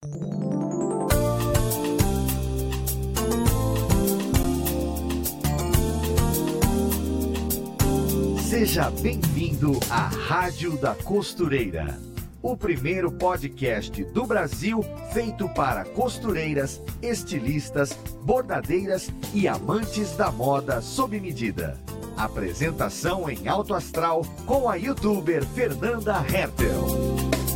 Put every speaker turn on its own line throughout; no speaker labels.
Seja bem-vindo à Rádio da Costureira, o primeiro podcast do Brasil feito para costureiras, estilistas, bordadeiras e amantes da moda sob medida. Apresentação em alto astral com a youtuber Fernanda Hertel.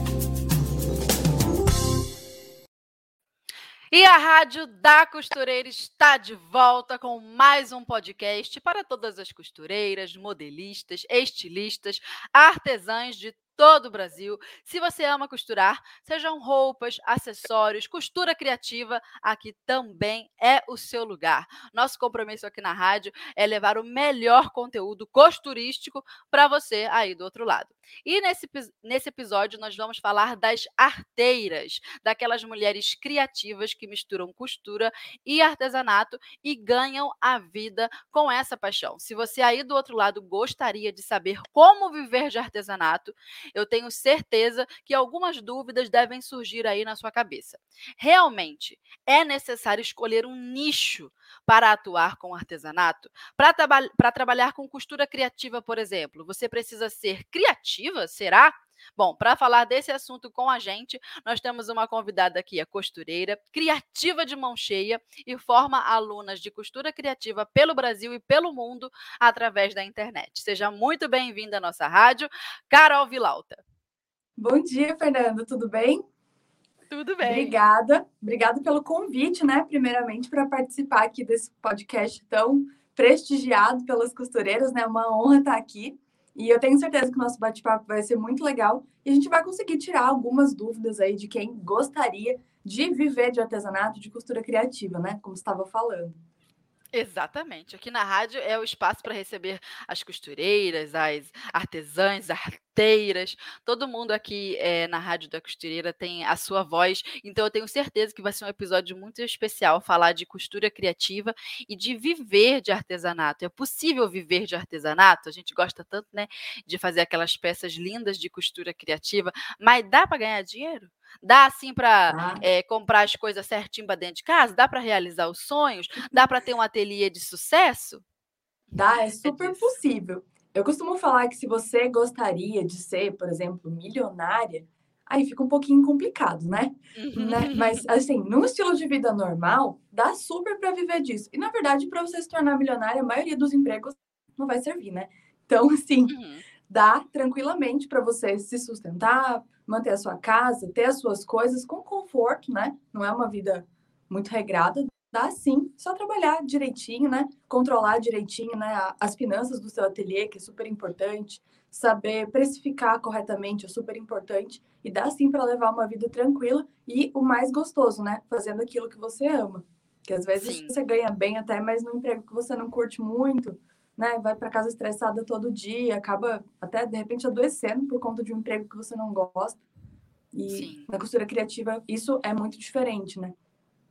E a Rádio da Costureira está de volta com mais um podcast para todas as costureiras, modelistas, estilistas, artesãs de todo o Brasil. Se você ama costurar, sejam roupas, acessórios, costura criativa, aqui também é o seu lugar. Nosso compromisso aqui na rádio é levar o melhor conteúdo costurístico para você aí do outro lado. E nesse episódio nós vamos falar das arteiras, daquelas mulheres criativas que misturam costura e artesanato e ganham a vida com essa paixão. Se você aí do outro lado gostaria de saber como viver de artesanato, eu tenho certeza que algumas dúvidas devem surgir aí na sua cabeça. Realmente, é necessário escolher um nicho para atuar com artesanato? Para trabalhar com costura criativa, por exemplo, você precisa ser criativa, será? Bom, para falar desse assunto com a gente, nós temos uma convidada aqui, a costureira, criativa de mão cheia e forma alunas de costura criativa pelo Brasil e pelo mundo através da internet. Seja muito bem-vinda à nossa rádio, Carol Vilauta.
Bom dia, Fernanda, tudo bem?
Tudo bem.
Obrigada pelo convite, né? Primeiramente, para participar aqui desse podcast tão prestigiado pelas costureiras, né? Uma honra estar aqui. E eu tenho certeza que o nosso bate-papo vai ser muito legal e a gente vai conseguir tirar algumas dúvidas aí de quem gostaria de viver de artesanato, de costura criativa, né? Como você estava falando.
Exatamente. Aqui na rádio é o espaço para receber as costureiras, as artesãs, arteiras. Todo mundo aqui na Rádio da Costureira tem a sua voz. Então, eu tenho certeza que vai ser um episódio muito especial falar de costura criativa e de viver de artesanato. É possível viver de artesanato? A gente gosta tanto, né, de fazer aquelas peças lindas de costura criativa, mas dá para ganhar dinheiro? Dá assim para comprar as coisas certinho para dentro de casa? Dá para realizar os sonhos? Dá para ter um ateliê de sucesso?
Dá, é super possível. Eu costumo falar que se você gostaria de ser, por exemplo, milionária, aí fica um pouquinho complicado, né? Mas, assim, num estilo de vida normal, dá super para viver disso. E, na verdade, para você se tornar milionária, a maioria dos empregos não vai servir, né? Então, assim, dá tranquilamente para você se sustentar, manter a sua casa, ter as suas coisas com conforto, né? Não é uma vida muito regrada. Dá sim, só trabalhar direitinho, né? Controlar direitinho, né? As finanças do seu ateliê, que é super importante. Saber precificar corretamente é super importante. E dá sim para levar uma vida tranquila e o mais gostoso, né? Fazendo aquilo que você ama. Que às vezes você ganha bem até, mas no emprego que você não curte muito, né? Vai para casa estressada todo dia, acaba até, de repente, adoecendo por conta de um emprego que você não gosta. E na costura criativa, isso é muito diferente, né?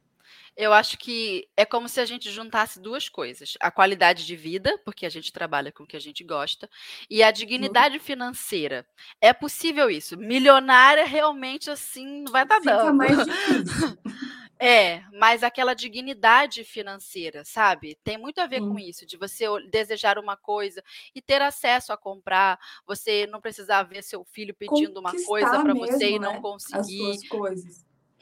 Eu acho que é como se a gente juntasse duas coisas. A qualidade de vida, porque a gente trabalha com o que a gente gosta, e a dignidade financeira. É possível isso. Milionária, realmente, assim, não vai dar dando.
Fica mais difícil.
Mas aquela dignidade financeira, sabe? Tem muito a ver com isso, de você desejar uma coisa e ter acesso a comprar, você não precisar ver seu filho pedindo uma coisa para você e não conseguir.
As suas coisas.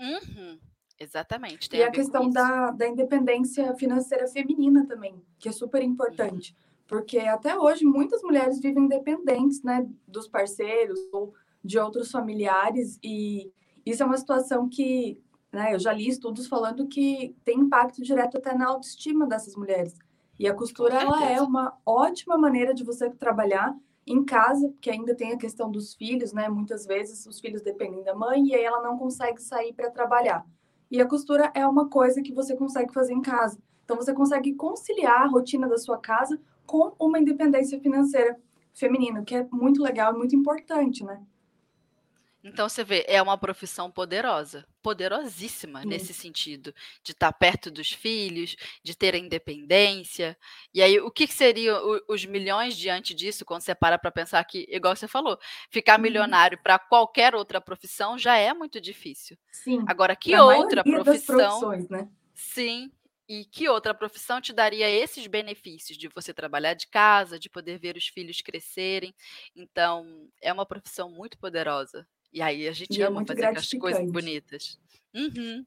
Exatamente.
E a questão da independência financeira feminina também, que é super importante. Porque até hoje muitas mulheres vivem independentes, né? Dos parceiros ou de outros familiares. E isso é uma situação que... Eu já li estudos falando que tem impacto direto até na autoestima dessas mulheres. E a costura, ela é uma ótima maneira de você trabalhar em casa, porque ainda tem a questão dos filhos, né? Muitas vezes os filhos dependem da mãe e aí ela não consegue sair para trabalhar. E a costura é uma coisa que você consegue fazer em casa. Então, você consegue conciliar a rotina da sua casa com uma independência financeira feminina, que é muito legal e muito importante, né?
Então você vê, é uma profissão poderosa, poderosíssima nesse sentido, de estar perto dos filhos, de ter a independência. E aí, o que seriam os milhões diante disso, quando você para pensar que, igual você falou, ficar milionário para qualquer outra profissão já é muito difícil.
Sim,
Agora, que
para a
outra
maioria das
profissão,
profissões, né?
sim, e que outra profissão te daria esses benefícios de você trabalhar de casa, de poder ver os filhos crescerem? Então, é uma profissão muito poderosa. E aí a gente
E é
ama
muito
fazer aquelas coisas
gratificante.
bonitas. Uhum,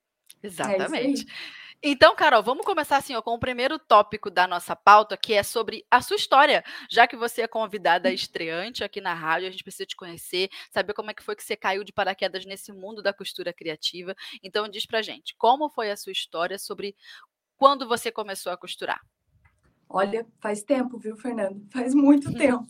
É isso aí.
exatamente. Então, Carol, vamos começar assim, ó, com o primeiro tópico da nossa pauta, que é sobre a sua história. Já que você é convidada estreante aqui na rádio, a gente precisa te conhecer, saber como é que foi que você caiu de paraquedas nesse mundo da costura criativa. Então, diz pra gente, como foi a sua história sobre quando você começou a costurar?
Olha, faz tempo, viu, Fernando? Faz muito tempo.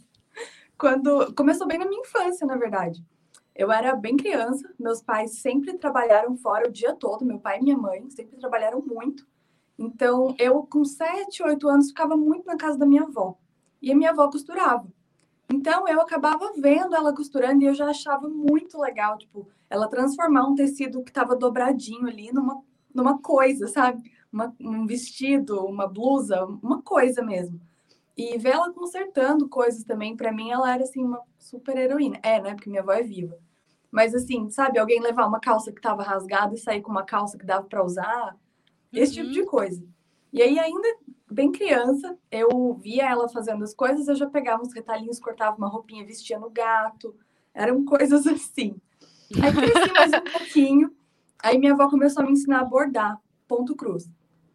Quando começou bem na minha infância, na verdade. Eu era bem criança, meus pais sempre trabalharam fora o dia todo, meu pai e minha mãe sempre trabalharam muito. Então, eu com 7, 8 anos ficava muito na casa da minha avó. E a minha avó costurava. Então, eu acabava vendo ela costurando e eu já achava muito legal, tipo, ela transformar um tecido que estava dobradinho ali numa coisa, sabe? Um vestido, uma blusa, uma coisa mesmo. E ver ela consertando coisas também, para mim, ela era, assim, uma super heroína. É, né? Porque minha avó é viva. Mas, assim, sabe? Alguém levar uma calça que estava rasgada e sair com uma calça que dava para usar. Esse tipo de coisa. E aí, ainda bem criança, eu via ela fazendo as coisas, eu já pegava uns retalhinhos, cortava uma roupinha, vestia no gato. Eram coisas assim. Aí cresci mais um pouquinho. Aí minha avó começou a me ensinar a bordar, ponto cruz.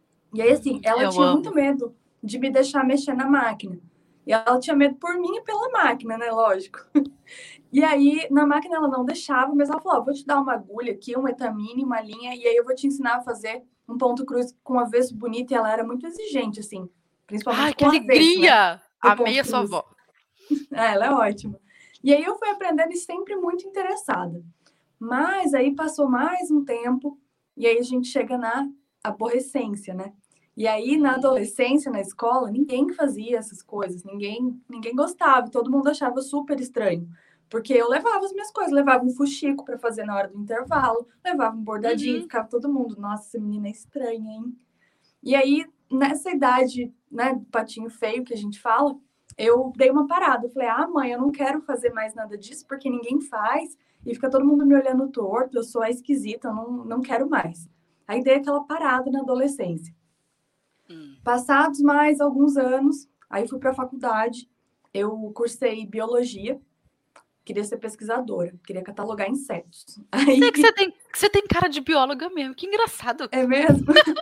E aí, assim, ela
Eu
tinha
amo.
muito medo de me deixar mexer na máquina. E ela tinha medo por mim e pela máquina, né? Lógico. E aí, na máquina ela não deixava, mas ela falou, vou te dar uma agulha aqui, um etamine, uma linha, e aí eu vou te ensinar a fazer um ponto cruz com avesso bonito. E ela era muito exigente, assim,
Ai,
principalmente
que
com avesso, né?
alegria!
Do
Amei
ponto
a sua
cruz.
avó.
Ela é ótima. E aí eu fui aprendendo e sempre muito interessada. Mas aí passou mais um tempo, e aí a gente chega na aborrecência, né? E aí, na adolescência, na escola, ninguém fazia essas coisas, ninguém gostava, todo mundo achava super estranho. Porque eu levava as minhas coisas, levava um fuxico para fazer na hora do intervalo, levava um bordadinho, ficava todo mundo, nossa, essa menina é estranha, hein? E aí, nessa idade, né, patinho feio que a gente fala, eu dei uma parada. Eu falei, mãe, eu não quero fazer mais nada disso porque ninguém faz e fica todo mundo me olhando torto, eu sou a esquisita, eu não quero mais. Aí dei aquela parada na adolescência. Passados mais alguns anos, aí fui para a faculdade, eu cursei biologia, queria ser pesquisadora, queria catalogar insetos. Aí...
Sei que você tem cara de bióloga mesmo, que engraçado.
É mesmo?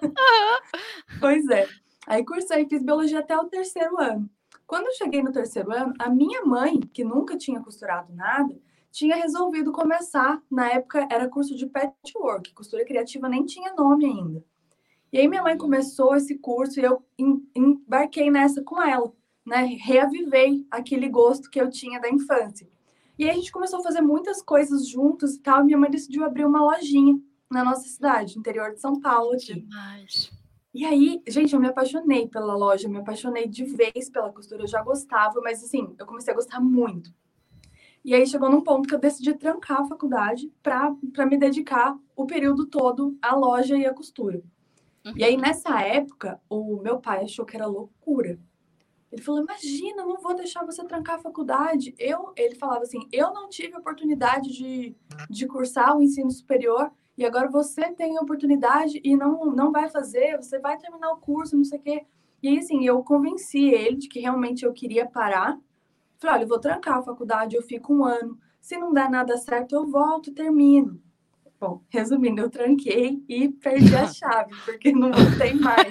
Pois é. Aí cursei, fiz biologia até o 3º ano. Quando eu cheguei no 3º ano, a minha mãe, que nunca tinha costurado nada, tinha resolvido começar. Na época era curso de patchwork, costura criativa nem tinha nome ainda. E aí minha mãe começou esse curso e eu embarquei nessa com ela, né? Reavivei aquele gosto que eu tinha da infância. E aí a gente começou a fazer muitas coisas juntos e tal. E minha mãe decidiu abrir uma lojinha na nossa cidade, interior de São Paulo aqui.
Demais.
E aí, gente, eu me apaixonei pela loja, me apaixonei de vez pela costura. Eu já gostava, mas assim, eu comecei a gostar muito. E aí chegou num ponto que eu decidi trancar a faculdade para me dedicar o período todo à loja e à costura. E aí, nessa época, o meu pai achou que era loucura. Ele falou, imagina, não vou deixar você trancar a faculdade. Ele falava assim, eu não tive oportunidade de cursar o ensino superior e agora você tem a oportunidade e não vai fazer, você vai terminar o curso, não sei o quê. E aí, assim, eu convenci ele de que realmente eu queria parar. Falei, olha, eu vou trancar a faculdade, eu fico 1 ano. Se não der nada certo, eu volto e termino. Bom, resumindo, eu tranquei e perdi a chave, porque não voltei mais.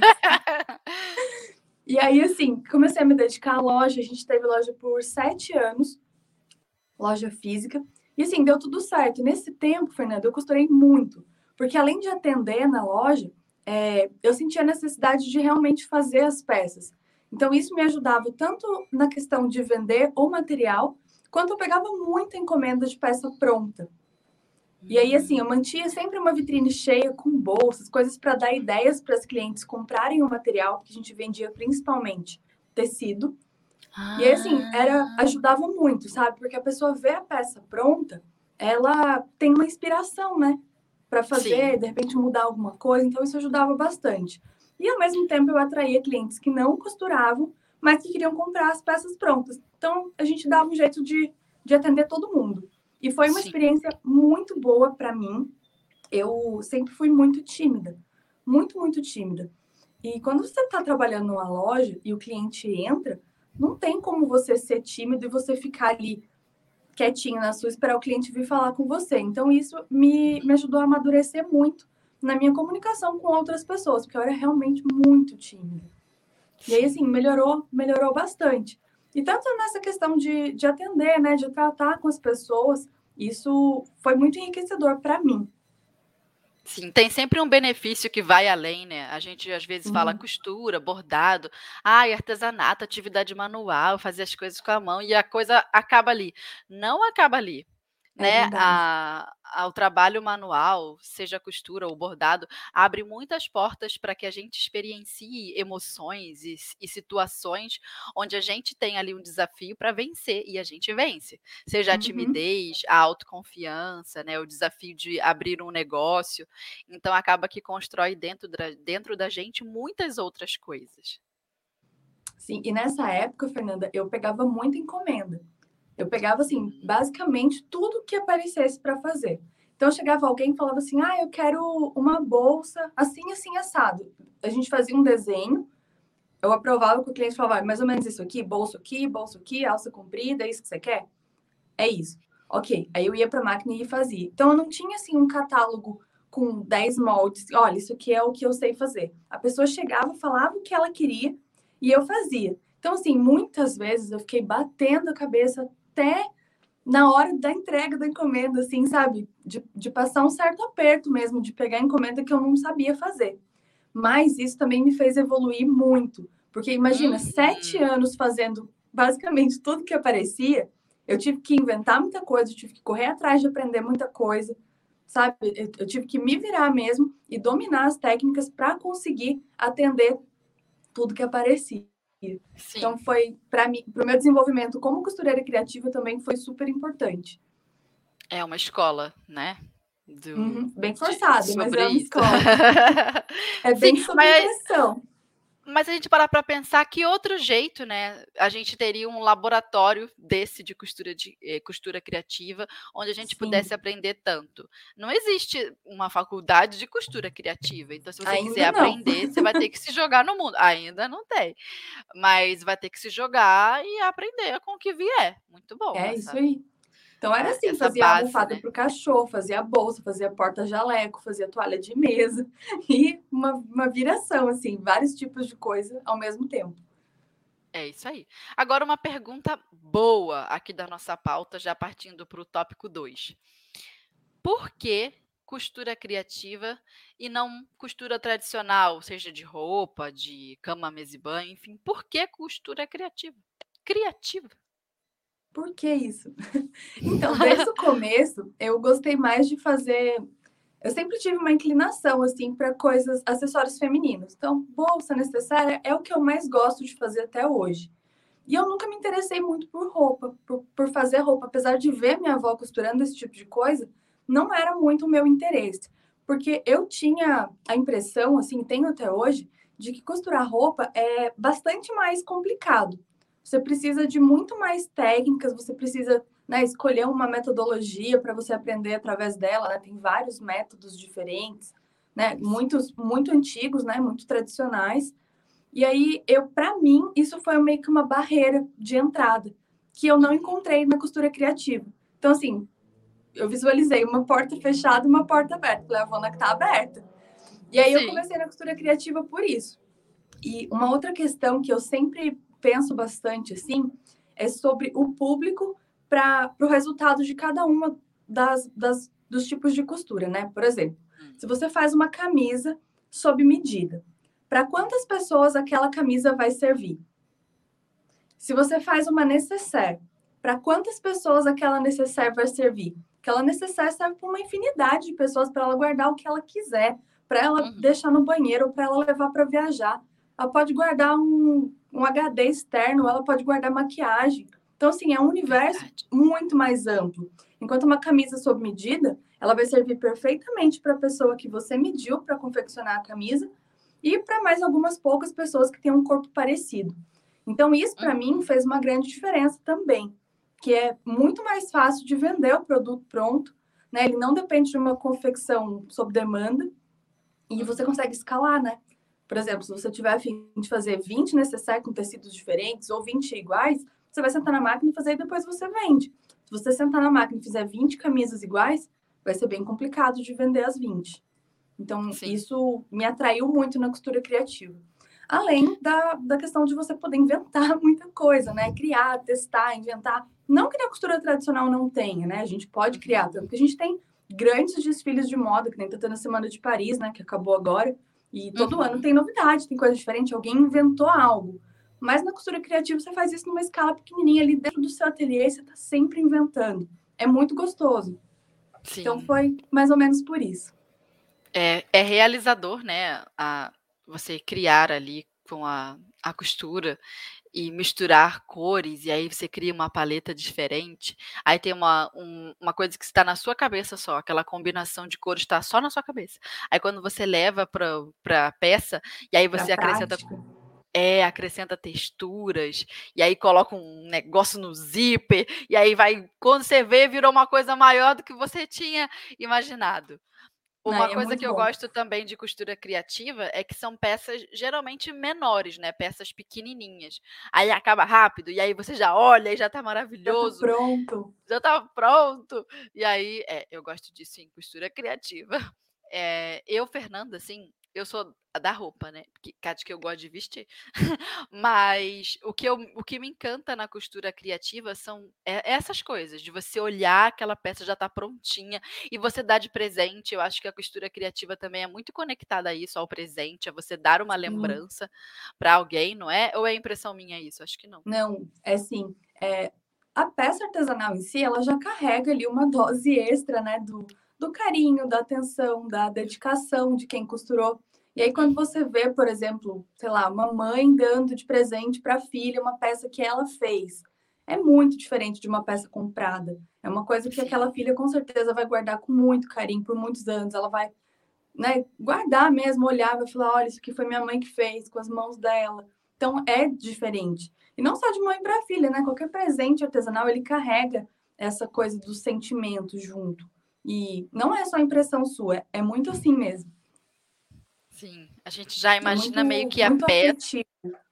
E aí, assim, comecei a me dedicar à loja. A gente teve loja por 7 anos, loja física. E, assim, deu tudo certo. Nesse tempo, Fernanda, eu costurei muito. Porque, além de atender na loja, eu sentia a necessidade de realmente fazer as peças. Então, isso me ajudava tanto na questão de vender o material, quanto eu pegava muita encomenda de peça pronta. E aí, assim, eu mantinha sempre uma vitrine cheia com bolsas, coisas para dar ideias para as clientes comprarem o material, porque a gente vendia principalmente tecido. E aí, assim, ajudava muito, sabe? Porque a pessoa vê a peça pronta ela tem uma inspiração, né? Para fazer,
Sim.
de repente mudar alguma coisa, então isso ajudava bastante. E ao mesmo tempo eu atraía clientes que não costuravam, mas que queriam comprar as peças prontas. Então a gente dava um jeito de atender todo mundo. E foi uma
Sim.
experiência muito boa para mim. Eu sempre fui muito tímida, muito, muito tímida. E quando você está trabalhando numa loja e o cliente entra, não tem como você ser tímido e você ficar ali quietinho na sua, esperar o cliente vir falar com você. Então, isso me ajudou a amadurecer muito na minha comunicação com outras pessoas, porque eu era realmente muito tímida. E aí,
Sim.
assim, melhorou bastante. E tanto nessa questão de atender, né, de tratar com as pessoas, isso foi muito enriquecedor para mim.
Sim, tem sempre um benefício que vai além, né. A gente às vezes fala costura, bordado, ai, artesanato, atividade manual, fazer as coisas com a mão e a coisa acaba ali. Não acaba ali,
É
né,
verdade.
o trabalho manual, seja a costura ou bordado, abre muitas portas para que a gente experiencie emoções e situações onde a gente tem ali um desafio para vencer e a gente vence. Seja a
Uhum.
timidez, a autoconfiança, né, o desafio de abrir um negócio, então acaba que constrói dentro da gente muitas outras coisas.
Sim, e nessa época, Fernanda, eu pegava muita encomenda. Eu pegava, assim,
Uhum,
basicamente tudo que aparecesse para fazer. Então, chegava alguém e falava assim: ah, eu quero uma bolsa assim, assim, assado. A gente fazia um desenho, eu aprovava que o cliente falava: mais ou menos isso aqui, bolso aqui, alça comprida, é isso que você quer? É isso. Ok. Aí eu ia para a máquina e fazia. Então, eu não tinha, assim, um catálogo com 10 moldes. Olha, isso aqui é o que eu sei fazer. A pessoa chegava, falava o que ela queria e eu fazia. Então, assim, muitas vezes eu fiquei batendo a cabeça até na hora da entrega da encomenda, assim, sabe? De passar um certo aperto mesmo, de pegar a encomenda que eu não sabia fazer. Mas isso também me fez evoluir muito. Porque imagina, 7 anos fazendo basicamente tudo que aparecia, eu tive que inventar muita coisa, eu tive que correr atrás de aprender muita coisa, sabe? Eu tive que me virar mesmo e dominar as técnicas para conseguir atender tudo que aparecia.
sim.
Então foi para mim, para o meu desenvolvimento como costureira criativa também foi super importante.
É uma escola, né, do
Uhum, bem
de
forçado, mas
sobre
é uma
isso.
escola. É
Sim,
bem sob pressão.
mas se a gente parar para pensar, que outro jeito, né, a gente teria um laboratório desse de costura criativa, onde a gente pudesse
Sim,
aprender tanto. Não existe uma faculdade de costura criativa, então se você quiser
ainda não.
aprender, você vai ter que se jogar no mundo. Ainda não tem, mas vai ter que se jogar e aprender com o que vier. Muito bom
É isso aí. Então era assim,
essa
fazia
base,
almofada
né.
para o cachorro, fazia bolsa, fazia porta-jaleco, fazia toalha de mesa e uma viração, assim, vários tipos de coisa ao mesmo tempo.
É isso aí. Agora uma pergunta boa aqui da nossa pauta, já partindo para o tópico 2. Por que costura criativa e não costura tradicional, seja de roupa, de cama, mesa e banho, enfim, por que costura criativa? Criativa.
Por que isso? Então, desde o começo, eu gostei mais de fazer. Eu sempre tive uma inclinação, assim, para coisas, acessórios femininos. Então, bolsa necessária é o que eu mais gosto de fazer até hoje. E eu nunca me interessei muito por roupa, por fazer roupa. Apesar de ver minha avó costurando esse tipo de coisa, não era muito o meu interesse. Porque eu tinha a impressão, assim, tenho até hoje, de que costurar roupa é bastante mais complicado. Você precisa de muito mais técnicas, você precisa, né, escolher uma metodologia para você aprender através dela, né? Tem vários métodos diferentes, né? Muitos muito antigos, né? Muito tradicionais. E aí, para mim, isso foi meio que uma barreira de entrada, que eu não
Uhum.
encontrei na costura criativa. Então, assim, eu visualizei uma porta fechada e uma porta aberta. Falei, a Wanda que tá aberta. E aí eu
Sim.
comecei na costura criativa por isso. E uma outra questão que eu sempre penso bastante, assim, é sobre o público para o resultado de cada uma dos tipos de costura, né? Por exemplo,
Hum.
se você faz uma camisa sob medida, para quantas pessoas aquela camisa vai servir? Se você faz uma necessaire, para quantas pessoas aquela necessaire vai servir? Aquela necessaire serve para uma infinidade de pessoas, para ela guardar o que ela quiser, para ela
Uhum.
deixar no banheiro, para ela levar para viajar. Ela pode guardar um HD externo, ela pode guardar maquiagem. Então, assim, é um universo muito mais amplo. Enquanto uma camisa sob medida, ela vai servir perfeitamente para a pessoa que você mediu para confeccionar a camisa e para mais algumas poucas pessoas que têm um corpo parecido. Então, isso, para mim, fez uma grande diferença também, que é muito mais fácil de vender o produto pronto, né? Ele não depende de uma confecção sob demanda e você consegue escalar, né? Por exemplo, se você tiver a fim de fazer 20 necessaire com tecidos diferentes ou 20 iguais, você vai sentar na máquina e fazer e depois você vende. Se você sentar na máquina e fizer 20 camisas iguais, vai ser bem complicado de vender as 20. Então, isso me atraiu muito na costura criativa. Além da questão de você poder inventar muita coisa, né? Criar, testar, inventar. Não que na costura tradicional não tenha, né? A gente pode criar, tanto que a gente tem grandes desfiles de moda, que nem tá tendo a Semana de Paris, né? Que acabou agora. E todo ano tem novidade, tem coisa diferente. Alguém inventou algo. Mas na costura criativa você faz isso numa escala pequenininha ali dentro do seu ateliê e você tá sempre inventando. É muito gostoso. Sim. Então foi mais ou menos por isso.
É realizador, né? Você criar ali com a costura e misturar cores, e aí você cria uma paleta diferente. Aí tem uma coisa que está na sua cabeça só, aquela combinação de cores está só na sua cabeça. Aí quando você leva para a peça, e aí você acrescenta texturas, e aí coloca um negócio no zíper, e aí quando você vê, virou uma coisa maior do que você tinha imaginado. Uma coisa que eu gosto também de costura criativa é que são peças geralmente menores, né? Peças pequenininhas. Aí acaba rápido, e aí você já olha e já tá maravilhoso.
Já tá pronto.
Já tá pronto. E aí, eu gosto disso em costura criativa. Fernanda, assim, eu sou da roupa, né? Que eu gosto de vestir. Mas o que me encanta na costura criativa são essas coisas, de você olhar aquela peça já tá prontinha e você dá de presente. Eu acho que a costura criativa também é muito conectada a isso, ao presente, a você dar uma lembrança para alguém, não é? Ou é impressão minha isso? Acho que não.
Não, é sim. A peça artesanal em si, ela já carrega ali uma dose extra, né? Do carinho, da atenção, da dedicação de quem costurou. E aí, quando você vê, por exemplo, sei lá, uma mãe dando de presente para a filha uma peça que ela fez, é muito diferente de uma peça comprada. É uma coisa que aquela filha com certeza vai guardar com muito carinho por muitos anos. Ela vai, né, guardar mesmo, olhar, vai falar, olha, isso aqui foi minha mãe que fez, com as mãos dela. Então, é diferente. E não só de mãe para filha, né? Qualquer presente artesanal, ele carrega essa coisa do sentimento junto. E não é só impressão sua, é muito assim mesmo.
Sim, a gente já imagina meio que a peça. Afetivo.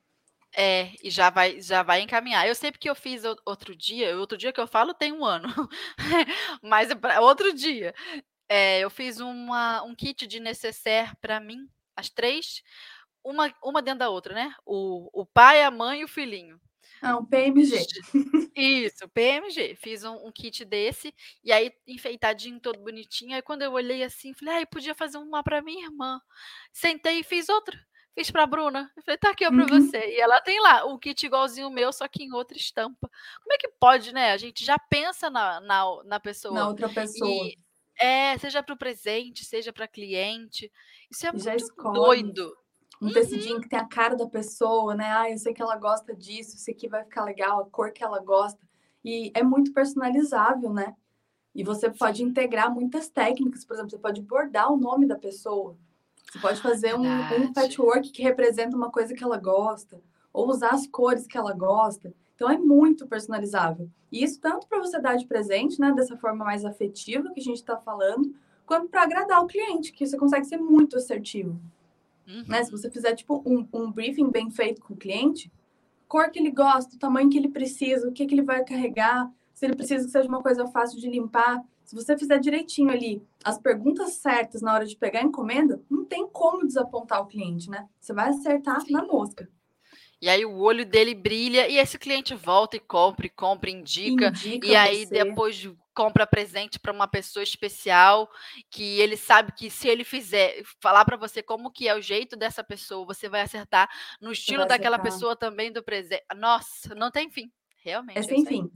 E já vai encaminhar. Eu sei porque eu fiz outro dia que eu falo tem um ano, mas outro dia. Eu fiz um kit de nécessaire para mim, as 3, uma dentro da outra, né? O pai, a mãe e o filhinho.
Um PMG.
Isso, PMG. Fiz um kit desse, e aí enfeitadinho, todo bonitinho. Aí quando eu olhei assim, falei, podia fazer uma para minha irmã. Sentei e fiz outra. Fiz para a Bruna. Eu falei, tá aqui, ó, para você. E ela tem lá um kit igualzinho o meu, só que em outra estampa. Como é que pode, né? A gente já pensa na pessoa.
Na outra pessoa.
Seja para o presente, seja para cliente. Isso é
já
muito doido.
Um tecidinho que tem a cara da pessoa, né? Eu sei que ela gosta disso, isso aqui vai ficar legal, a cor que ela gosta. E é muito personalizável, né? E você pode integrar muitas técnicas. Por exemplo, você pode bordar o nome da pessoa. Você pode fazer um patchwork que representa uma coisa que ela gosta. Ou usar as cores que ela gosta. Então, é muito personalizável. E isso tanto para você dar de presente, né? Dessa forma mais afetiva que a gente está falando, quanto para agradar o cliente, que você consegue ser muito assertivo. Né? Se você fizer tipo um briefing bem feito com o cliente, cor que ele gosta, o tamanho que ele precisa, o que ele vai carregar, se ele precisa que seja uma coisa fácil de limpar, se você fizer direitinho ali as perguntas certas na hora de pegar a encomenda, não tem como desapontar o cliente, né? Você vai acertar na mosca.
E aí o olho dele brilha e esse cliente volta e compra, indica e aí depois compra presente para uma pessoa especial, que ele sabe que se ele falar para você como que é o jeito dessa pessoa, você vai acertar no estilo daquela pessoa também do presente. Nossa, não tem fim, realmente.
É sem fim.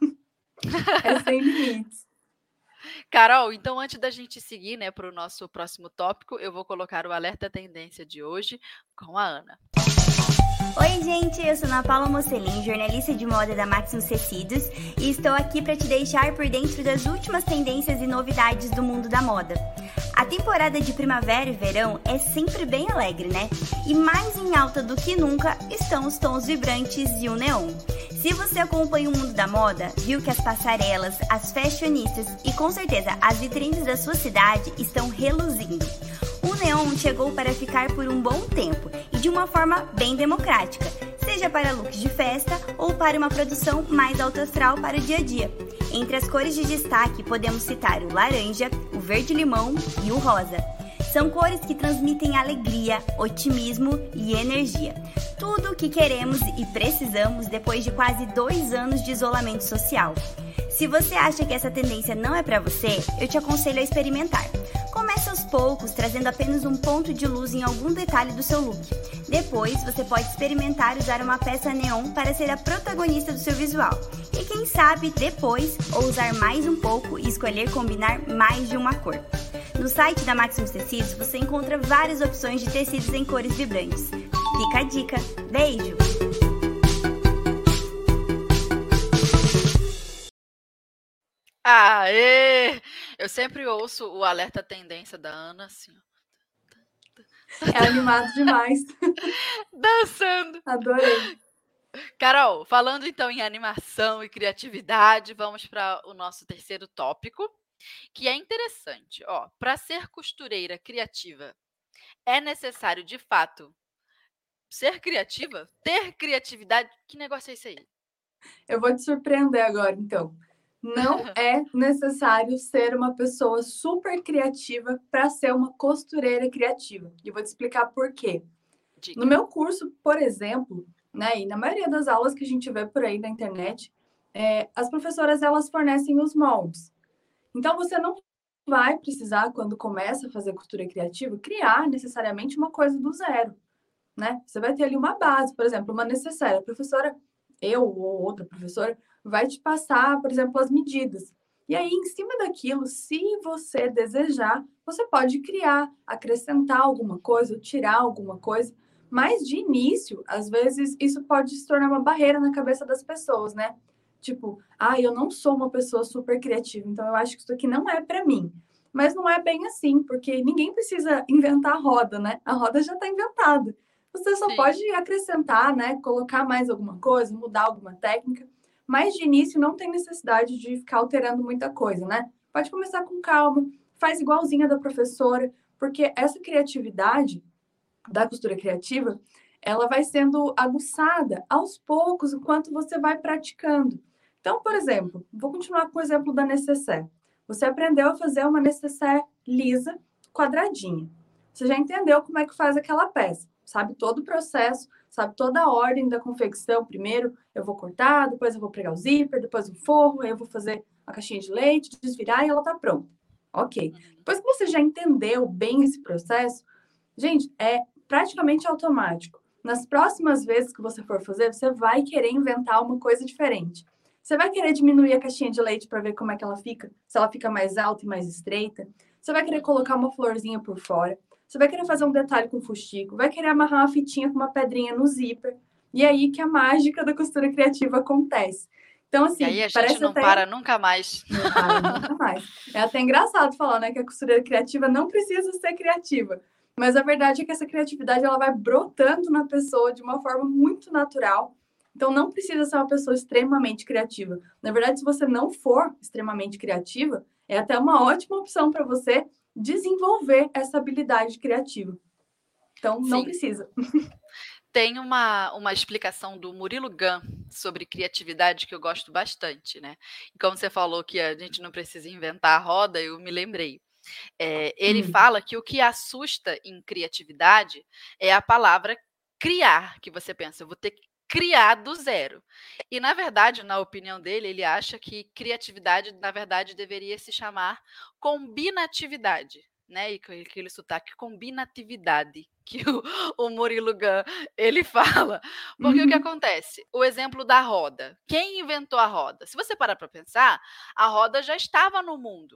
É sem limites.
Carol, então antes da gente seguir, né, para o nosso próximo tópico, eu vou colocar o alerta tendência de hoje com a Ana.
Oi, gente, eu sou Ana Paula Mocelin, jornalista de moda da Maximus Tecidos, e estou aqui para te deixar por dentro das últimas tendências e novidades do mundo da moda. A temporada de primavera e verão é sempre bem alegre, né? E mais em alta do que nunca estão os tons vibrantes e o neon. Se você acompanha o mundo da moda, viu que as passarelas, as fashionistas e com certeza as vitrines da sua cidade estão reluzindo. O neon chegou para ficar por um bom tempo e de uma forma bem democrática, seja para looks de festa ou para uma produção mais alto astral para o dia a dia. Entre as cores de destaque podemos citar o laranja, o verde-limão e o rosa. São cores que transmitem alegria, otimismo e energia. Tudo o que queremos e precisamos depois de quase 2 anos de isolamento social. Se você acha que essa tendência não é para você, eu te aconselho a experimentar. Comece aos poucos, trazendo apenas um ponto de luz em algum detalhe do seu look. Depois, você pode experimentar usar uma peça neon para ser a protagonista do seu visual. E quem sabe, depois, usar mais um pouco e escolher combinar mais de uma cor. No site da Maximus Tecidos, você encontra várias opções de tecidos em cores vibrantes. Fica a dica. Beijo!
Aê! Eu sempre ouço o alerta tendência da Ana, assim, ó.
É animado demais.
Dançando.
Adorei.
Carol, falando então em animação e criatividade, vamos para o nosso terceiro tópico, que é interessante. Ó, para ser costureira criativa, é necessário, de fato, ser criativa? Ter criatividade? Que negócio é esse aí?
Eu vou te surpreender agora, então. Não é necessário ser uma pessoa super criativa para ser uma costureira criativa. E eu vou te explicar por quê.
Diga.
No meu curso, por exemplo, né, e na maioria das aulas que a gente vê por aí na internet, as professoras elas fornecem os moldes. Então, você não vai precisar, quando começa a fazer costura criativa, criar necessariamente uma coisa do zero, né? Você vai ter ali uma base, por exemplo, uma necessaire. A professora, eu ou outra professora, vai te passar, por exemplo, as medidas. E aí, em cima daquilo, se você desejar, você pode criar, acrescentar alguma coisa, ou tirar alguma coisa. Mas, de início, às vezes, isso pode se tornar uma barreira na cabeça das pessoas, né? Tipo, eu não sou uma pessoa super criativa, então eu acho que isso aqui não é para mim. Mas não é bem assim, porque ninguém precisa inventar a roda, né? A roda já está inventada. Você só pode acrescentar, né? Colocar mais alguma coisa, mudar alguma técnica. Mas de início não tem necessidade de ficar alterando muita coisa, né? Pode começar com calma, faz igualzinha da professora, porque essa criatividade da costura criativa, ela vai sendo aguçada aos poucos enquanto você vai praticando. Então, por exemplo, vou continuar com o exemplo da necessaire. Você aprendeu a fazer uma necessaire lisa, quadradinha. Você já entendeu como é que faz aquela peça, sabe todo o processo, sabe toda a ordem da confecção. Primeiro eu vou cortar, depois eu vou pregar o zíper, depois o forro, aí eu vou fazer a caixinha de leite, desvirar e ela tá pronta. Ok. Depois que você já entendeu bem esse processo, gente, é praticamente automático. Nas próximas vezes que você for fazer, você vai querer inventar uma coisa diferente. Você vai querer diminuir a caixinha de leite para ver como é que ela fica, se ela fica mais alta e mais estreita. Você vai querer colocar uma florzinha por fora. Você vai querer fazer um detalhe com fuxico. Vai querer amarrar uma fitinha com uma pedrinha no zíper. E é aí que a mágica da costura criativa acontece. Então, assim,
e aí a gente não para nunca mais.
Não para nunca mais. É até engraçado falar, né, que a costureira criativa não precisa ser criativa. Mas a verdade é que essa criatividade ela vai brotando na pessoa de uma forma muito natural. Então, não precisa ser uma pessoa extremamente criativa. Na verdade, se você não for extremamente criativa, é até uma ótima opção para você desenvolver essa habilidade criativa. Então, não precisa.
Tem uma explicação do Murilo Gun sobre criatividade que eu gosto bastante, né? E como você falou que a gente não precisa inventar a roda, eu me lembrei. Ele fala que o que assusta em criatividade é a palavra criar, que você pensa, eu vou ter que criar do zero. E, na verdade, na opinião dele, ele acha que criatividade, na verdade, deveria se chamar combinatividade, né? E com aquele sotaque, combinatividade, que o Murilo Gun, ele fala. Porque o que acontece? O exemplo da roda. Quem inventou a roda? Se você parar para pensar, a roda já estava no mundo.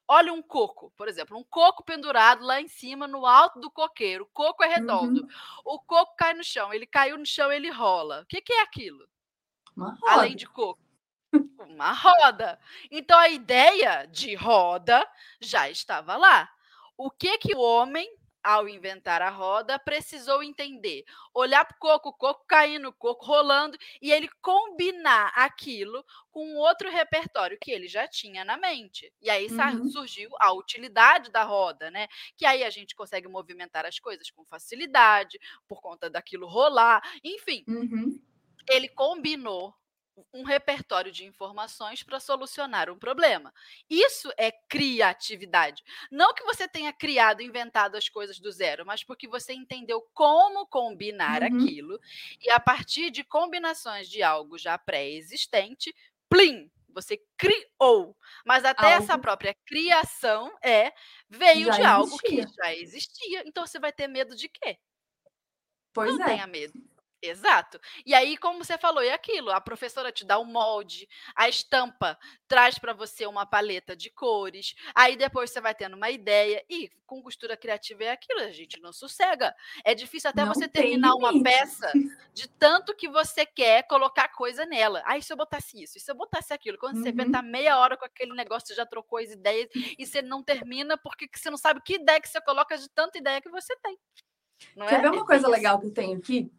Olha um coco, por exemplo, um coco pendurado lá em cima, no alto do coqueiro. O coco é redondo. O coco cai no chão. Ele caiu no chão, ele rola. O que é aquilo?
Uma roda.
Além de coco. Uma roda. Então, a ideia de roda já estava lá. O que o homem, ao inventar a roda, precisou entender? Olhar para o coco caindo, o coco rolando, e ele combinar aquilo com outro repertório que ele já tinha na mente. E aí surgiu a utilidade da roda, né? Que aí a gente consegue movimentar as coisas com facilidade, por conta daquilo rolar, enfim. Ele combinou um repertório de informações para solucionar um problema. Isso é criatividade. Não que você tenha criado, inventado as coisas do zero, mas porque você entendeu como combinar aquilo e a partir de combinações de algo já pré-existente, plim, você criou. Mas até essa própria criação veio de algo que já existia. Então você vai ter medo de quê? Não tenha medo. Exato. E aí, como você falou, é aquilo, a professora te dá o molde, a estampa traz para você uma paleta de cores, aí depois você vai tendo uma ideia, e com costura criativa é aquilo, a gente não sossega. É difícil até você terminar uma peça de tanto que você quer colocar coisa nela. Ah, e se eu botasse isso? E se eu botasse aquilo? Quando você vê, tá meia hora com aquele negócio, você já trocou as ideias, e você não termina porque você não sabe que ideia que você coloca de tanta ideia que você tem.
Quer ver uma coisa legal que eu tenho aqui?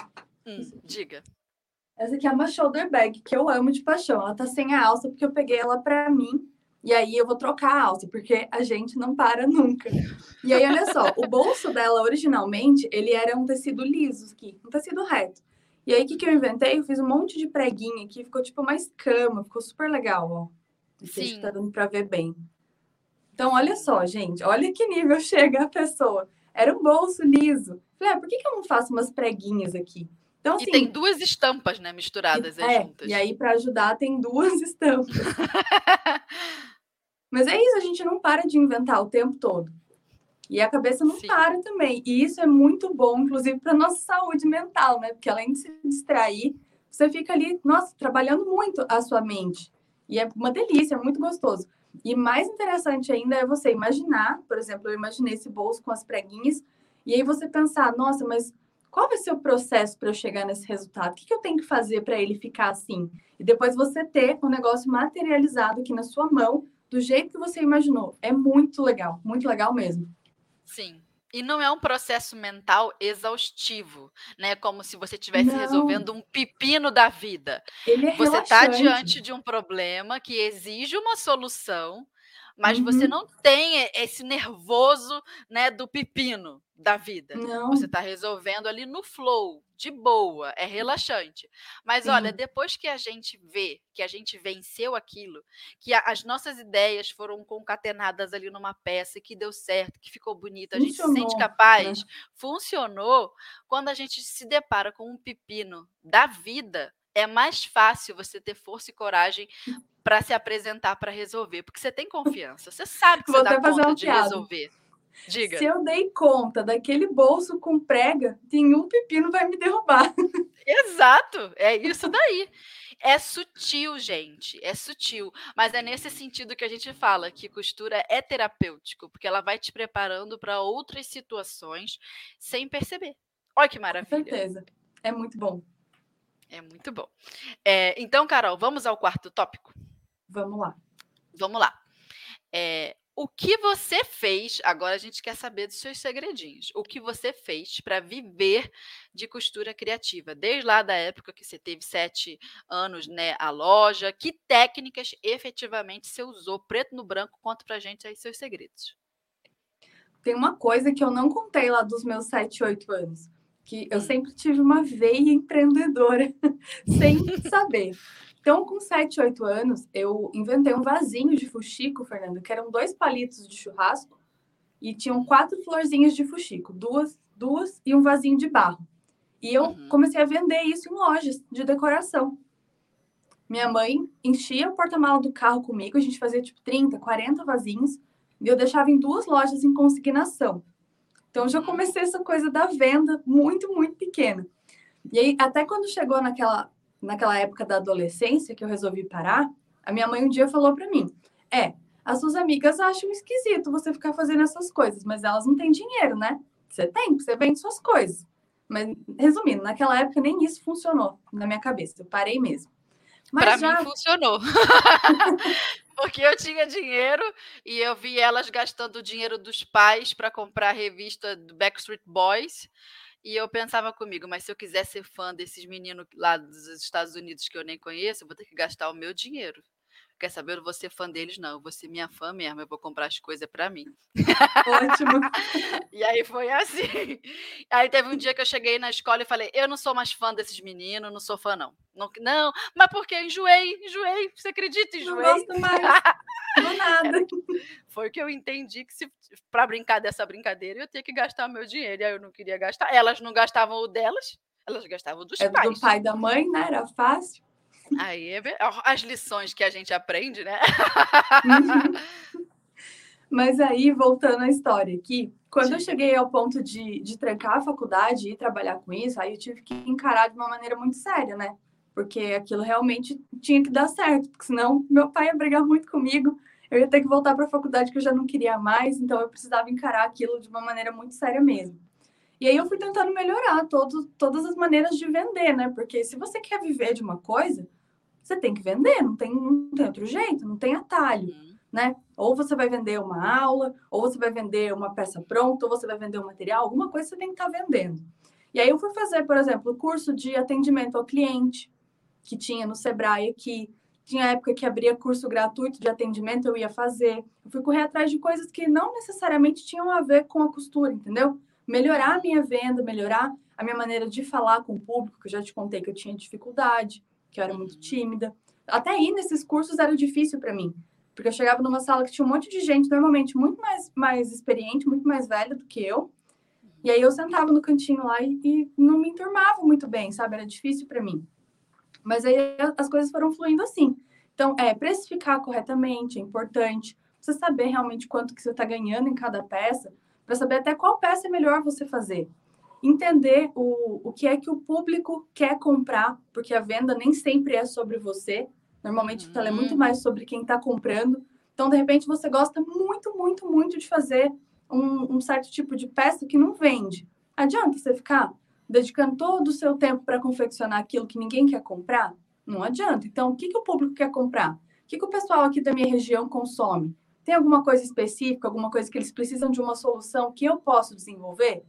Diga.
Essa aqui é uma shoulder bag que eu amo de paixão. Ela tá sem a alça porque eu peguei ela pra mim. E aí eu vou trocar a alça, porque a gente não para nunca. E aí, olha só, o bolso dela, originalmente, ele era um tecido liso aqui, um tecido reto. E aí, o que eu inventei? Eu fiz um monte de preguinha aqui, ficou tipo uma escama, ficou super legal, ó. Sim. Acho que tá dando pra ver bem. Então, olha só, gente, olha que nível chega a pessoa. Era um bolso liso. Falei, por que eu não faço umas preguinhas aqui? Então, assim,
e tem duas estampas, né, misturadas juntas.
E aí, para ajudar, tem duas estampas. Mas é isso, a gente não para de inventar o tempo todo. E a cabeça não para também. E isso é muito bom, inclusive, para nossa saúde mental, né? Porque além de se distrair, você fica ali, nossa, trabalhando muito a sua mente. E é uma delícia, é muito gostoso. E mais interessante ainda é você imaginar, por exemplo, eu imaginei esse bolso com as preguinhas, e aí você pensar, nossa, mas qual vai ser o processo para eu chegar nesse resultado? O que eu tenho que fazer para ele ficar assim? E depois você ter um negócio materializado aqui na sua mão, do jeito que você imaginou. É muito legal mesmo.
Sim. E não é um processo mental exaustivo, né? Como se você estivesse resolvendo um pepino da vida.
Ele é
você está diante de um problema que exige uma solução, mas você não tem esse nervoso, né, do pepino da vida.
Não.
Você está resolvendo ali no flow, de boa, é relaxante. Mas olha, depois que a gente vê que a gente venceu aquilo, que as nossas ideias foram concatenadas ali numa peça, que deu certo, que ficou bonita, a gente se sente capaz, né? Funcionou. Quando a gente se depara com um pepino da vida, é mais fácil você ter força e coragem para se apresentar para resolver, porque você tem confiança, você sabe que você dá conta de resolver. Diga.
Se eu dei conta daquele bolso com prega, nenhum pepino vai me derrubar.
Exato, é isso daí. É sutil, gente, é sutil, mas é nesse sentido que a gente fala que costura é terapêutico, porque ela vai te preparando para outras situações sem perceber. Olha que maravilha.
Com certeza, é muito bom.
É muito bom. Então, Carol, vamos ao quarto tópico?
Vamos lá.
Vamos lá. O que você fez, agora a gente quer saber dos seus segredinhos, o que você fez para viver de costura criativa, desde lá da época que você teve 7 anos, né, a loja, que técnicas efetivamente você usou, preto no branco, conta pra gente aí seus segredos.
Tem uma coisa que eu não contei lá dos meus 7, 8 anos, que eu sempre tive uma veia empreendedora, sem saber. Então, com 7, 8 anos, eu inventei um vasinho de fuxico, Fernanda, que eram 2 palitos de churrasco e tinham 4 florzinhas de fuxico, duas e um vasinho de barro. E eu comecei a vender isso em lojas de decoração. Minha mãe enchia o porta-mala do carro comigo, a gente fazia tipo 30, 40 vasinhos, e eu deixava em 2 lojas em consignação. Então, eu já comecei essa coisa da venda muito, muito pequena. E aí, até quando chegou naquela época da adolescência, que eu resolvi parar, a minha mãe um dia falou para mim, As suas amigas acham esquisito você ficar fazendo essas coisas, mas elas não têm dinheiro, né? Você tem, você vende suas coisas. Mas, resumindo, naquela época nem isso funcionou na minha cabeça. Eu parei mesmo.
Para mim funcionou. Porque eu tinha dinheiro e eu vi elas gastando o dinheiro dos pais para comprar a revista do Backstreet Boys. E eu pensava comigo, mas se eu quiser ser fã desses meninos lá dos Estados Unidos que eu nem conheço, eu vou ter que gastar o meu dinheiro. Quer saber? Eu não vou ser fã deles, não. Eu vou ser minha fã mesmo. Eu vou comprar as coisas para mim.
Ótimo.
E aí foi assim. Aí teve um dia que eu cheguei na escola e falei, eu não sou mais fã desses meninos, não sou fã, não. Não, mas porque enjoei. Você acredita? Enjoei.
Não gosto mais. Do nada.
Foi que eu entendi que para brincar dessa brincadeira eu tinha que gastar o meu dinheiro. E aí eu não queria gastar. Elas não gastavam o delas, elas gastavam dos pais.
Do pai e da mãe, né? Era fácil.
Aí as lições que a gente aprende, né?
Mas aí, voltando à história aqui, quando eu cheguei ao ponto de trancar a faculdade e ir trabalhar com isso, aí eu tive que encarar de uma maneira muito séria, né? Porque aquilo realmente tinha que dar certo, porque senão meu pai ia brigar muito comigo, eu ia ter que voltar para a faculdade que eu já não queria mais, então eu precisava encarar aquilo de uma maneira muito séria mesmo. E aí eu fui tentando melhorar todas as maneiras de vender, né? Porque se você quer viver de uma coisa, você tem que vender, não tem outro jeito, não tem atalho, né? Ou você vai vender uma aula, ou você vai vender uma peça pronta, ou você vai vender um material, alguma coisa você tem que estar vendendo. E aí eu fui fazer, por exemplo, o curso de atendimento ao cliente, que tinha no Sebrae aqui. Tinha época que abria curso gratuito de atendimento, eu ia fazer. Eu fui correr atrás de coisas que não necessariamente tinham a ver com a costura, entendeu? Melhorar a minha venda, melhorar a minha maneira de falar com o público, que eu já te contei que eu tinha dificuldade, que eu era muito tímida. Até ir nesses cursos era difícil para mim, porque eu chegava numa sala que tinha um monte de gente, normalmente muito mais experiente, muito mais velha do que eu, e aí eu sentava no cantinho lá e não me enturmava muito bem, sabe? Era difícil para mim. Mas aí as coisas foram fluindo assim. Então, precificar corretamente é importante. Você saber realmente quanto que você está ganhando em cada peça, para saber até qual peça é melhor você fazer. Entender o que é que o público quer comprar, porque a venda nem sempre é sobre você. Normalmente ela é muito mais sobre quem está comprando. Então, de repente, você gosta muito, muito, muito de fazer um certo tipo de peça que não vende. Adianta você ficar dedicando todo o seu tempo para confeccionar aquilo que ninguém quer comprar? Não adianta. Então, o que o público quer comprar? O que o pessoal aqui da minha região consome? Tem alguma coisa específica, alguma coisa que eles precisam de uma solução que eu posso desenvolver?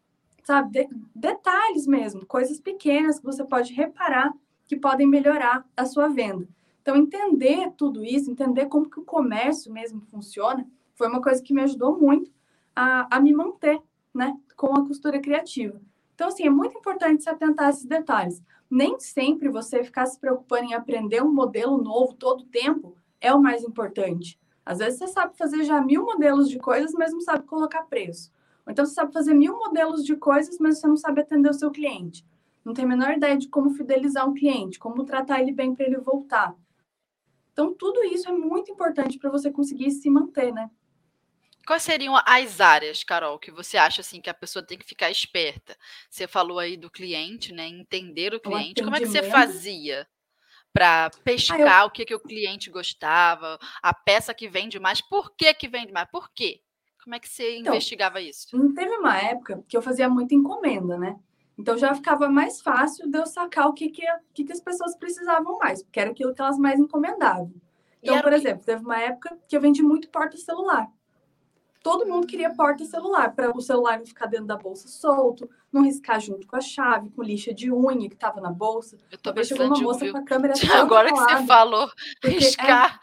Sabe? Detalhes mesmo, coisas pequenas que você pode reparar que podem melhorar a sua venda. Então, entender tudo isso, entender como que o comércio mesmo funciona, foi uma coisa que me ajudou muito a me manter, né, com a costura criativa. Então, assim, é muito importante se atentar a esses detalhes. Nem sempre você ficar se preocupando em aprender um modelo novo todo o tempo é o mais importante. Às vezes você sabe fazer já 1000 modelos de coisas, mas não sabe colocar preço. Ou então você sabe fazer 1000 modelos de coisas, mas você não sabe atender o seu cliente. Não tem a menor ideia de como fidelizar um cliente, como tratar ele bem para ele voltar. Então, tudo isso é muito importante para você conseguir se manter, né?
Quais seriam as áreas, Carol, que você acha assim que a pessoa tem que ficar esperta? Você falou aí do cliente, né? Entender o cliente. Como é que você fazia para pescar o que o cliente gostava, a peça que vende mais, por que vende mais? Por quê? Como é que você investigava isso?
Teve uma época que eu fazia muita encomenda, né? Então já ficava mais fácil de eu sacar o que as pessoas precisavam mais, porque era aquilo que elas mais encomendavam. Então, por exemplo, teve uma época que eu vendi muito porta-celular. Todo mundo queria porta-celular, para o celular não ficar dentro da bolsa solto, não riscar junto com a chave, com lixa de unha que estava na bolsa.
Eu tô pensando
uma moça com a câmera
toda agora ralada, que você falou, riscar.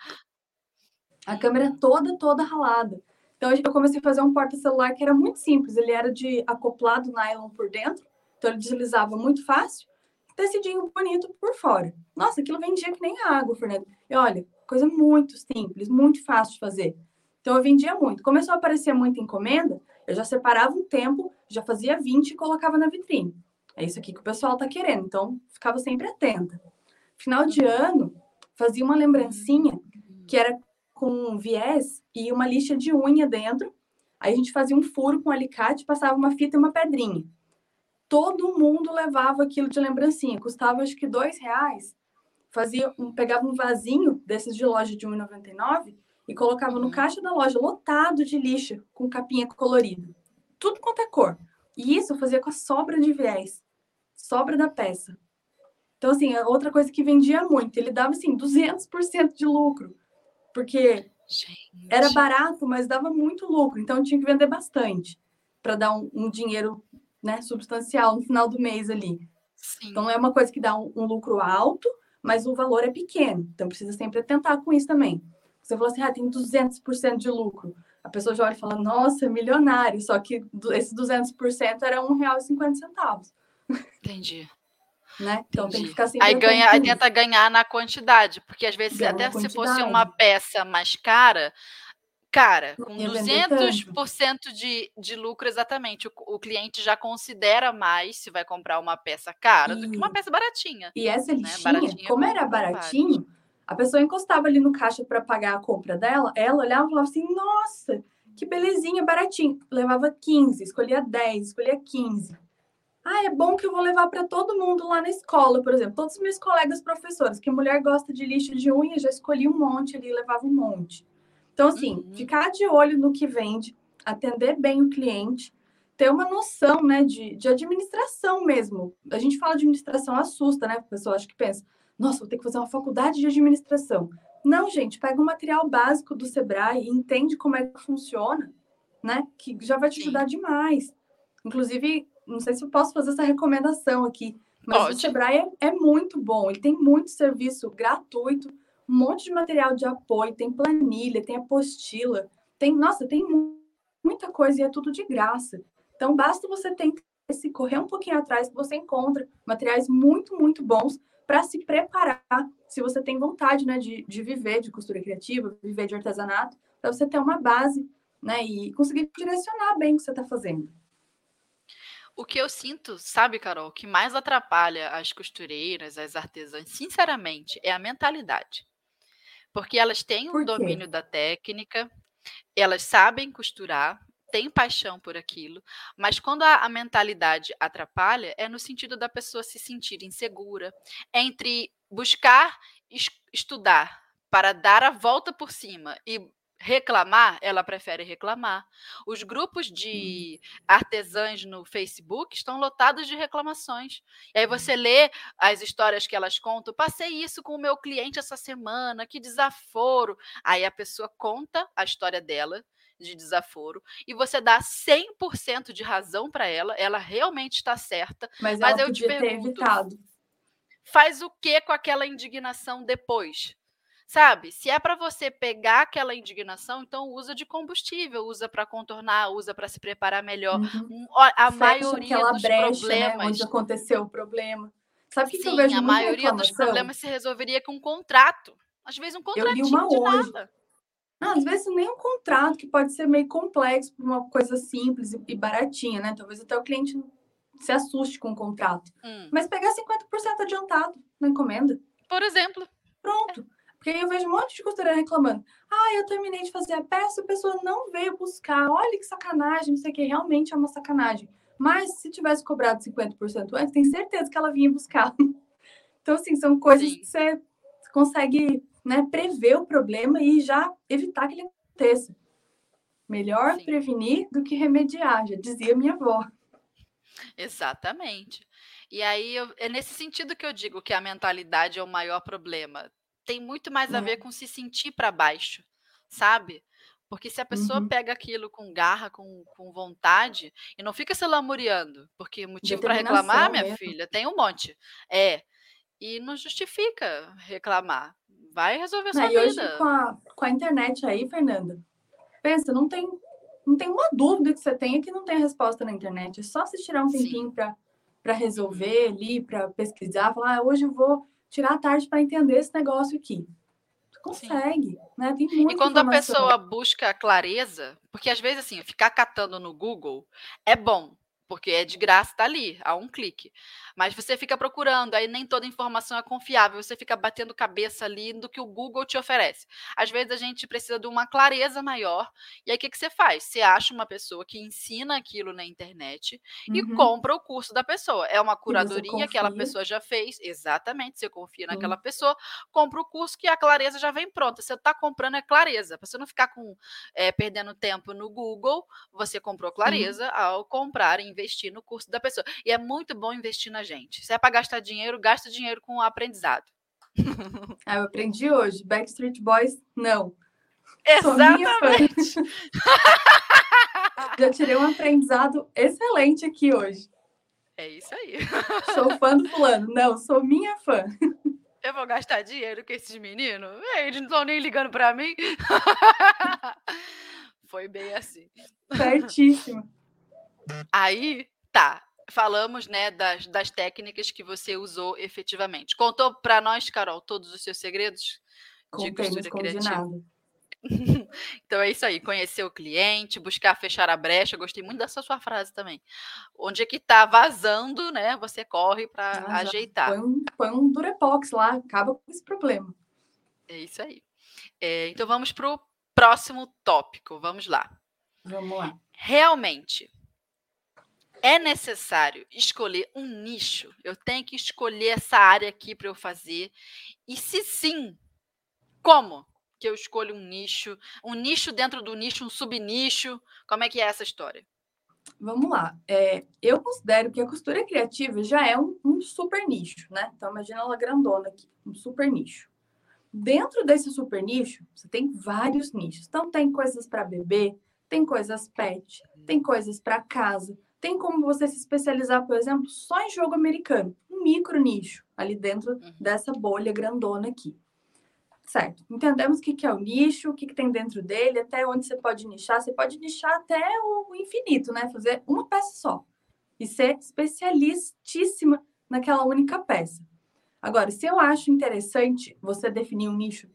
A câmera toda ralada. Então, eu comecei a fazer um porta-celular que era muito simples. Ele era de acoplado nylon por dentro, então ele deslizava muito fácil, tecidinho bonito por fora. Nossa, aquilo vendia que nem água, Fernanda. E olha, coisa muito simples, muito fácil de fazer. Então, eu vendia muito. Começou a aparecer muita encomenda, eu já separava um tempo, já fazia 20 e colocava na vitrine. É isso aqui que o pessoal tá querendo, então ficava sempre atenta. Final de ano, fazia uma lembrancinha que era com um viés e uma lixa de unha dentro. Aí a gente fazia um furo com um alicate, passava uma fita e uma pedrinha. Todo mundo levava aquilo de lembrancinha. Custava acho que R$2. Pegava um vasinho desses de loja de R$1,99 e colocava no caixa da loja lotado de lixo com capinha colorida. Tudo quanto é cor. E isso eu fazia com a sobra de viés. Sobra da peça. Então, assim, é outra coisa que vendia muito. Ele dava, assim, 200% de lucro. Porque era barato, mas dava muito lucro. Então, tinha que vender bastante para dar um dinheiro, né, substancial no final do mês ali.
Sim.
Então, é uma coisa que dá um lucro alto, mas o valor é pequeno. Então, precisa sempre atentar com isso também. Você falou assim, tem 200% de lucro. A pessoa já olha e fala, nossa, é milionário. Só que esse 200% era R$1,50.
Entendi.
Né? Então, tem que ficar sempre
aí tenta ganhar na quantidade. Porque, às vezes, até se fosse uma peça mais cara, com 200% de lucro, exatamente, o cliente já considera mais se vai comprar uma peça cara do que uma peça baratinha.
E essa lixinha, como era baratinho, a pessoa encostava ali no caixa para pagar a compra dela, ela olhava e falava assim, nossa, que belezinha, baratinho. Levava 15, escolhia 10, escolhia 15. É bom que eu vou levar para todo mundo lá na escola, por exemplo. Todos os meus colegas professores, que mulher gosta de lixo de unha, já escolhi um monte ali, levava um monte. Então, assim, ficar de olho no que vende, atender bem o cliente, ter uma noção, né, de administração mesmo. A gente fala de administração, assusta, né? A pessoa acha que pensa, nossa, vou ter que fazer uma faculdade de administração. Não, gente, pega um material básico do Sebrae e entende como é que funciona, né? Que já vai te ajudar demais. Inclusive, não sei se eu posso fazer essa recomendação aqui, mas o Sebrae é muito bom. Ele tem muito serviço gratuito, um monte de material de apoio, tem planilha, tem apostila, tem muita coisa e é tudo de graça. Então, basta você se correr um pouquinho atrás que você encontra materiais muito, muito bons para se preparar, se você tem vontade, né, de viver de costura criativa, viver de artesanato, para você ter uma base, né, e conseguir direcionar bem o que você está fazendo.
O que eu sinto, sabe, Carol, o que mais atrapalha as costureiras, as artesãs, sinceramente, é a mentalidade. Porque elas têm um domínio da técnica, elas sabem costurar, têm paixão por aquilo, mas quando a mentalidade atrapalha, é no sentido da pessoa se sentir insegura, entre buscar estudar para dar a volta por cima e reclamar, ela prefere reclamar. Os grupos de artesãs no Facebook estão lotados de reclamações. E aí você lê as histórias que elas contam. Passei isso com o meu cliente essa semana, que desaforo. Aí a pessoa conta a história dela, de desaforo, e você dá 100% de razão para ela realmente está certa.
Mas ela eu te pergunto,
faz o que com aquela indignação depois? Sabe? Se é para você pegar aquela indignação, então usa de combustível, usa para contornar, usa para se preparar melhor. A maioria dos problemas,
né, onde aconteceu o problema. Sabe o que eu vejo
a maioria dos problemas se resolveria com um contrato. Às vezes um contratinho de nada.
Às vezes nem um contrato, que pode ser meio complexo para uma coisa simples e baratinha, né? Talvez até o cliente se assuste com o contrato. Mas pegar 50% adiantado na encomenda.
Por exemplo.
Pronto. Porque aí eu vejo um monte de costureira reclamando. Eu terminei de fazer a peça, a pessoa não veio buscar. Olha que sacanagem, não sei o que. Realmente é uma sacanagem. Mas se tivesse cobrado 50% antes, tem certeza que ela vinha buscar. Então, assim, são coisas que você consegue, né, prever o problema e já evitar que ele aconteça. Melhor prevenir do que remediar, já dizia minha avó.
Exatamente. E aí, é nesse sentido que eu digo que a mentalidade é o maior problema. Tem muito mais a ver com se sentir para baixo, sabe? Porque se a pessoa pega aquilo com garra, com vontade, e não fica se lamuriando, porque motivo para reclamar, minha filha, tem um monte. E não justifica reclamar. Vai resolver sua vida.
E hoje, com a internet aí, Fernanda, pensa, não tem uma dúvida que você tenha que não tem resposta na internet. É só você tirar um tempinho para resolver ali, para pesquisar, falar, hoje eu vou tirar a tarde para entender esse negócio aqui. Você consegue, né? Tem muita
E quando a pessoa busca clareza, porque às vezes assim, ficar catando no Google é bom, porque é de graça, tá ali, a um clique. Mas você fica procurando, aí nem toda informação é confiável, você fica batendo cabeça ali do que o Google te oferece. Às vezes a gente precisa de uma clareza maior, e aí o que você faz? Você acha uma pessoa que ensina aquilo na internet e compra o curso da pessoa. É uma curadoria que aquela pessoa já fez, exatamente, você confia naquela pessoa, compra o curso que a clareza já vem pronta. Você está comprando é clareza, para você não ficar perdendo tempo no Google, você comprou clareza ao comprar e investir no curso da pessoa. E é muito bom investir na gente. Se é para gastar dinheiro, gasta dinheiro com o aprendizado.
Eu aprendi hoje. Backstreet Boys, não.
Exatamente.
Já tirei um aprendizado excelente aqui hoje.
É isso aí.
Sou fã do fulano. Não, sou minha fã.
Eu vou gastar dinheiro com esses meninos? Eles não estão nem ligando para mim. Foi bem assim.
Certíssimo.
Aí, tá. Falamos, né, das técnicas que você usou efetivamente. Contou para nós, Carol, todos os seus segredos de costura criativa? Então é isso aí, conhecer o cliente, buscar fechar a brecha. Gostei muito dessa sua frase também. Onde é que tá vazando, né? Você corre para ajeitar.
Põe um Durepox lá, acaba com esse problema.
É isso aí. Então vamos para o próximo tópico. Vamos lá.
Vamos lá.
Realmente é necessário escolher um nicho? Eu tenho que escolher essa área aqui para eu fazer? E se sim, como que eu escolho um nicho dentro do nicho, um subnicho? Como é que é essa história?
Vamos lá. Eu considero que a costura criativa já é um super nicho, né? Então, imagina ela grandona aqui, um super nicho. Dentro desse super nicho, você tem vários nichos. Então, tem coisas para bebê, tem coisas pet, tem coisas para casa. Tem como você se especializar, por exemplo, só em jogo americano. Um micro nicho ali dentro dessa bolha grandona aqui. Certo. Entendemos o que é o nicho, o que tem dentro dele, até onde você pode nichar. Você pode nichar até o infinito, né? Fazer uma peça só. E ser especialistíssima naquela única peça. Agora, se eu acho interessante você definir um nicho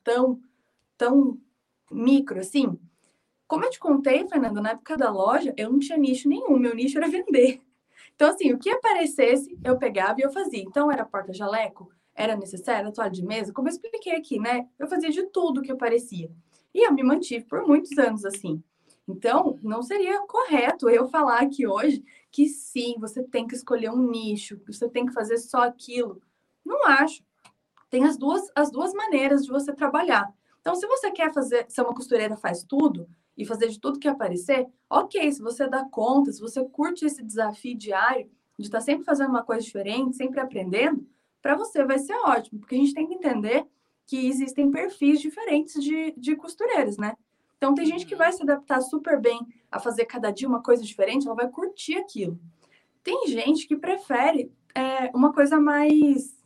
tão micro assim, como eu te contei, Fernanda, na época da loja, eu não tinha nicho nenhum. Meu nicho era vender. Então, assim, o que aparecesse, eu pegava e eu fazia. Então, era porta-jaleco, era necessário, toalha de mesa, como eu expliquei aqui, né? Eu fazia de tudo que aparecia. E eu me mantive por muitos anos assim. Então, não seria correto eu falar aqui hoje que sim, você tem que escolher um nicho, que você tem que fazer só aquilo. Não acho. Tem as duas maneiras de você trabalhar. Então, se você quer ser uma costureira faz tudo e fazer de tudo que aparecer, ok, se você dá conta, se você curte esse desafio diário de estar sempre fazendo uma coisa diferente, sempre aprendendo, para você vai ser ótimo, porque a gente tem que entender que existem perfis diferentes de costureiras, né? Então, tem gente que vai se adaptar super bem a fazer cada dia uma coisa diferente, ela vai curtir aquilo. Tem gente que prefere uma coisa mais...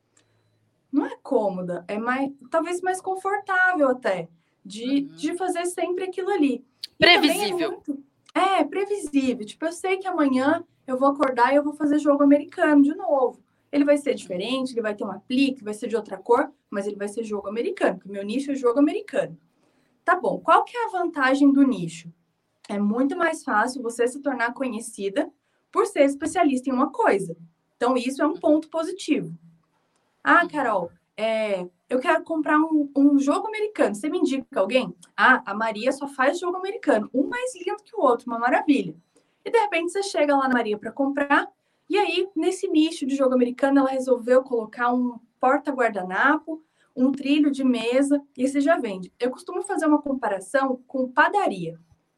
Não é cômoda, talvez mais confortável até, de fazer sempre aquilo ali.
Previsível.
Previsível. Tipo, eu sei que amanhã eu vou acordar e eu vou fazer jogo americano de novo. Ele vai ser diferente, ele vai ter um aplique, vai ser de outra cor, mas ele vai ser jogo americano, porque o meu nicho é jogo americano. Tá bom, qual que é a vantagem do nicho? É muito mais fácil você se tornar conhecida por ser especialista em uma coisa. Então, isso é um ponto positivo. Ah, Carol, eu quero comprar um jogo americano. Você me indica alguém? Ah, a Maria só faz jogo americano. Um mais lindo que o outro, uma maravilha. E, de repente, você chega lá na Maria para comprar. E aí, nesse nicho de jogo americano, ela resolveu colocar um porta-guardanapo, um trilho de mesa, e você já vende. Eu costumo fazer uma comparação com padaria.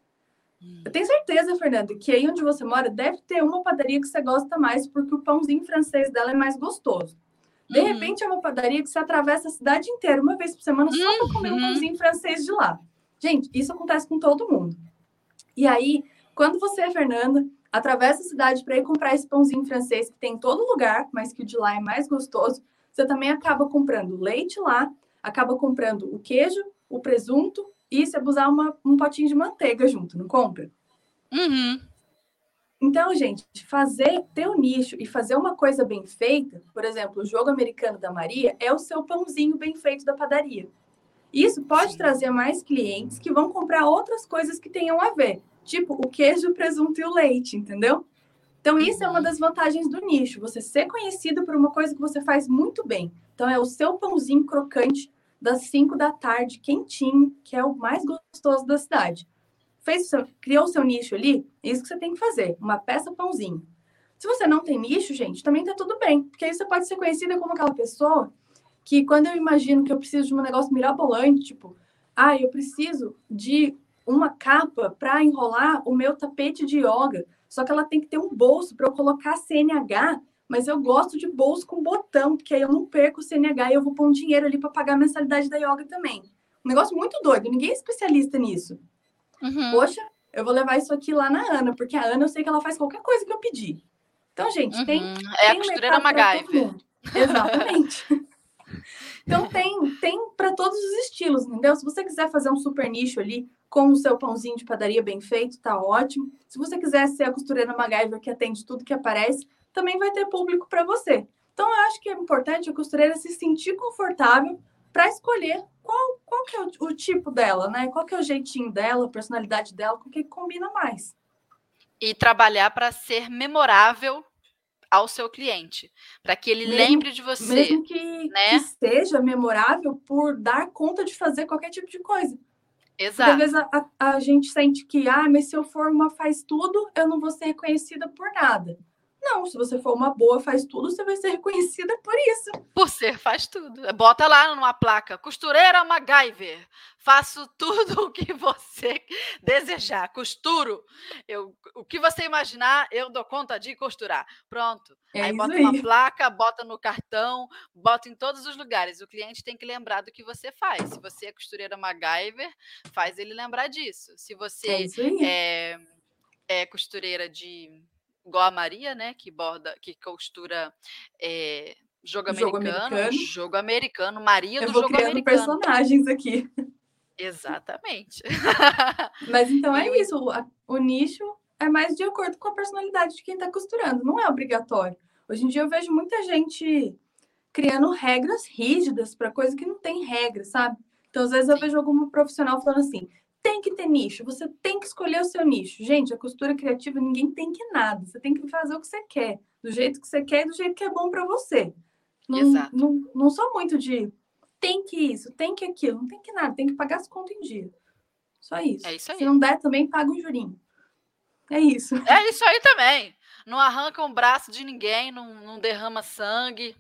Eu tenho certeza, Fernanda, que aí onde você mora deve ter uma padaria que você gosta mais, porque o pãozinho francês dela é mais gostoso. De repente, é uma padaria que você atravessa a cidade inteira, uma vez por semana, só para comer um pãozinho francês de lá. Gente, isso acontece com todo mundo. E aí, quando você, Fernanda, atravessa a cidade para ir comprar esse pãozinho francês que tem em todo lugar, mas que o de lá é mais gostoso, você também acaba comprando leite lá, acaba comprando o queijo, o presunto e se abusar um potinho de manteiga junto, não compra? Então, gente, ter um nicho e fazer uma coisa bem feita, por exemplo, o jogo americano da Maria é o seu pãozinho bem feito da padaria. Isso pode trazer mais clientes que vão comprar outras coisas que tenham a ver, tipo o queijo, o presunto e o leite, entendeu? Então, isso é uma das vantagens do nicho, você ser conhecido por uma coisa que você faz muito bem. Então, é o seu pãozinho crocante das 5 da tarde, quentinho, que é o mais gostoso da cidade. Criou o seu nicho ali, é isso que você tem que fazer, uma peça pãozinho. Se você não tem nicho, gente, também tá tudo bem, porque aí você pode ser conhecida como aquela pessoa que, quando eu imagino que eu preciso de um negócio mirabolante, tipo, eu preciso de uma capa para enrolar o meu tapete de yoga, só que ela tem que ter um bolso para eu colocar CNH, mas eu gosto de bolso com botão, porque aí eu não perco o CNH e eu vou pôr um dinheiro ali para pagar a mensalidade da yoga também. Um negócio muito doido, ninguém é especialista nisso. Poxa, eu vou levar isso aqui lá na Ana, porque a Ana eu sei que ela faz qualquer coisa que eu pedir. Então, gente, tem
a costureira MacGyver.
Exatamente. Então, tem para todos os estilos, entendeu? Se você quiser fazer um super nicho ali com o seu pãozinho de padaria bem feito, tá ótimo. Se você quiser ser a costureira MacGyver que atende tudo que aparece, também vai ter público para você. Então, eu acho que é importante a costureira se sentir confortável para escolher qual que é o tipo dela, né? Qual que é o jeitinho dela, a personalidade dela, com o que combina mais.
E trabalhar para ser memorável ao seu cliente, para que ele lembre de você.
Mesmo que seja memorável por dar conta de fazer qualquer tipo de coisa.
Exato.
Porque às vezes a gente sente que, mas se eu for uma faz tudo, eu não vou ser reconhecida por nada. Não, se você for uma boa faz tudo, você vai ser reconhecida por isso.
Por ser faz tudo. Bota lá numa placa, costureira MacGyver. Faço tudo o que você desejar. Costuro. O que você imaginar, eu dou conta de costurar. Pronto. Aí bota uma placa, bota no cartão, bota em todos os lugares. O cliente tem que lembrar do que você faz. Se você é costureira MacGyver, faz ele lembrar disso. Se você é costureira igual a Maria, né? Que costura jogo americano, Maria do jogo americano.
Eu vou criando personagens aqui.
Exatamente.
Mas então é isso. O nicho é mais de acordo com a personalidade de quem está costurando. Não é obrigatório. Hoje em dia eu vejo muita gente criando regras rígidas para coisa que não tem regra, sabe? Então, às vezes eu vejo algum profissional falando assim, tem que ter nicho, você tem que escolher o seu nicho. Gente, a costura criativa, ninguém tem que nada. Você tem que fazer o que você quer, do jeito que você quer e do jeito que é bom para você. Não sou muito de tem que isso, tem que aquilo, não tem que nada, tem que pagar as contas em dia. Só isso.
É isso aí.
Se não der, também paga um jurinho. É isso.
É isso aí também. Não arranca um braço de ninguém, não derrama sangue.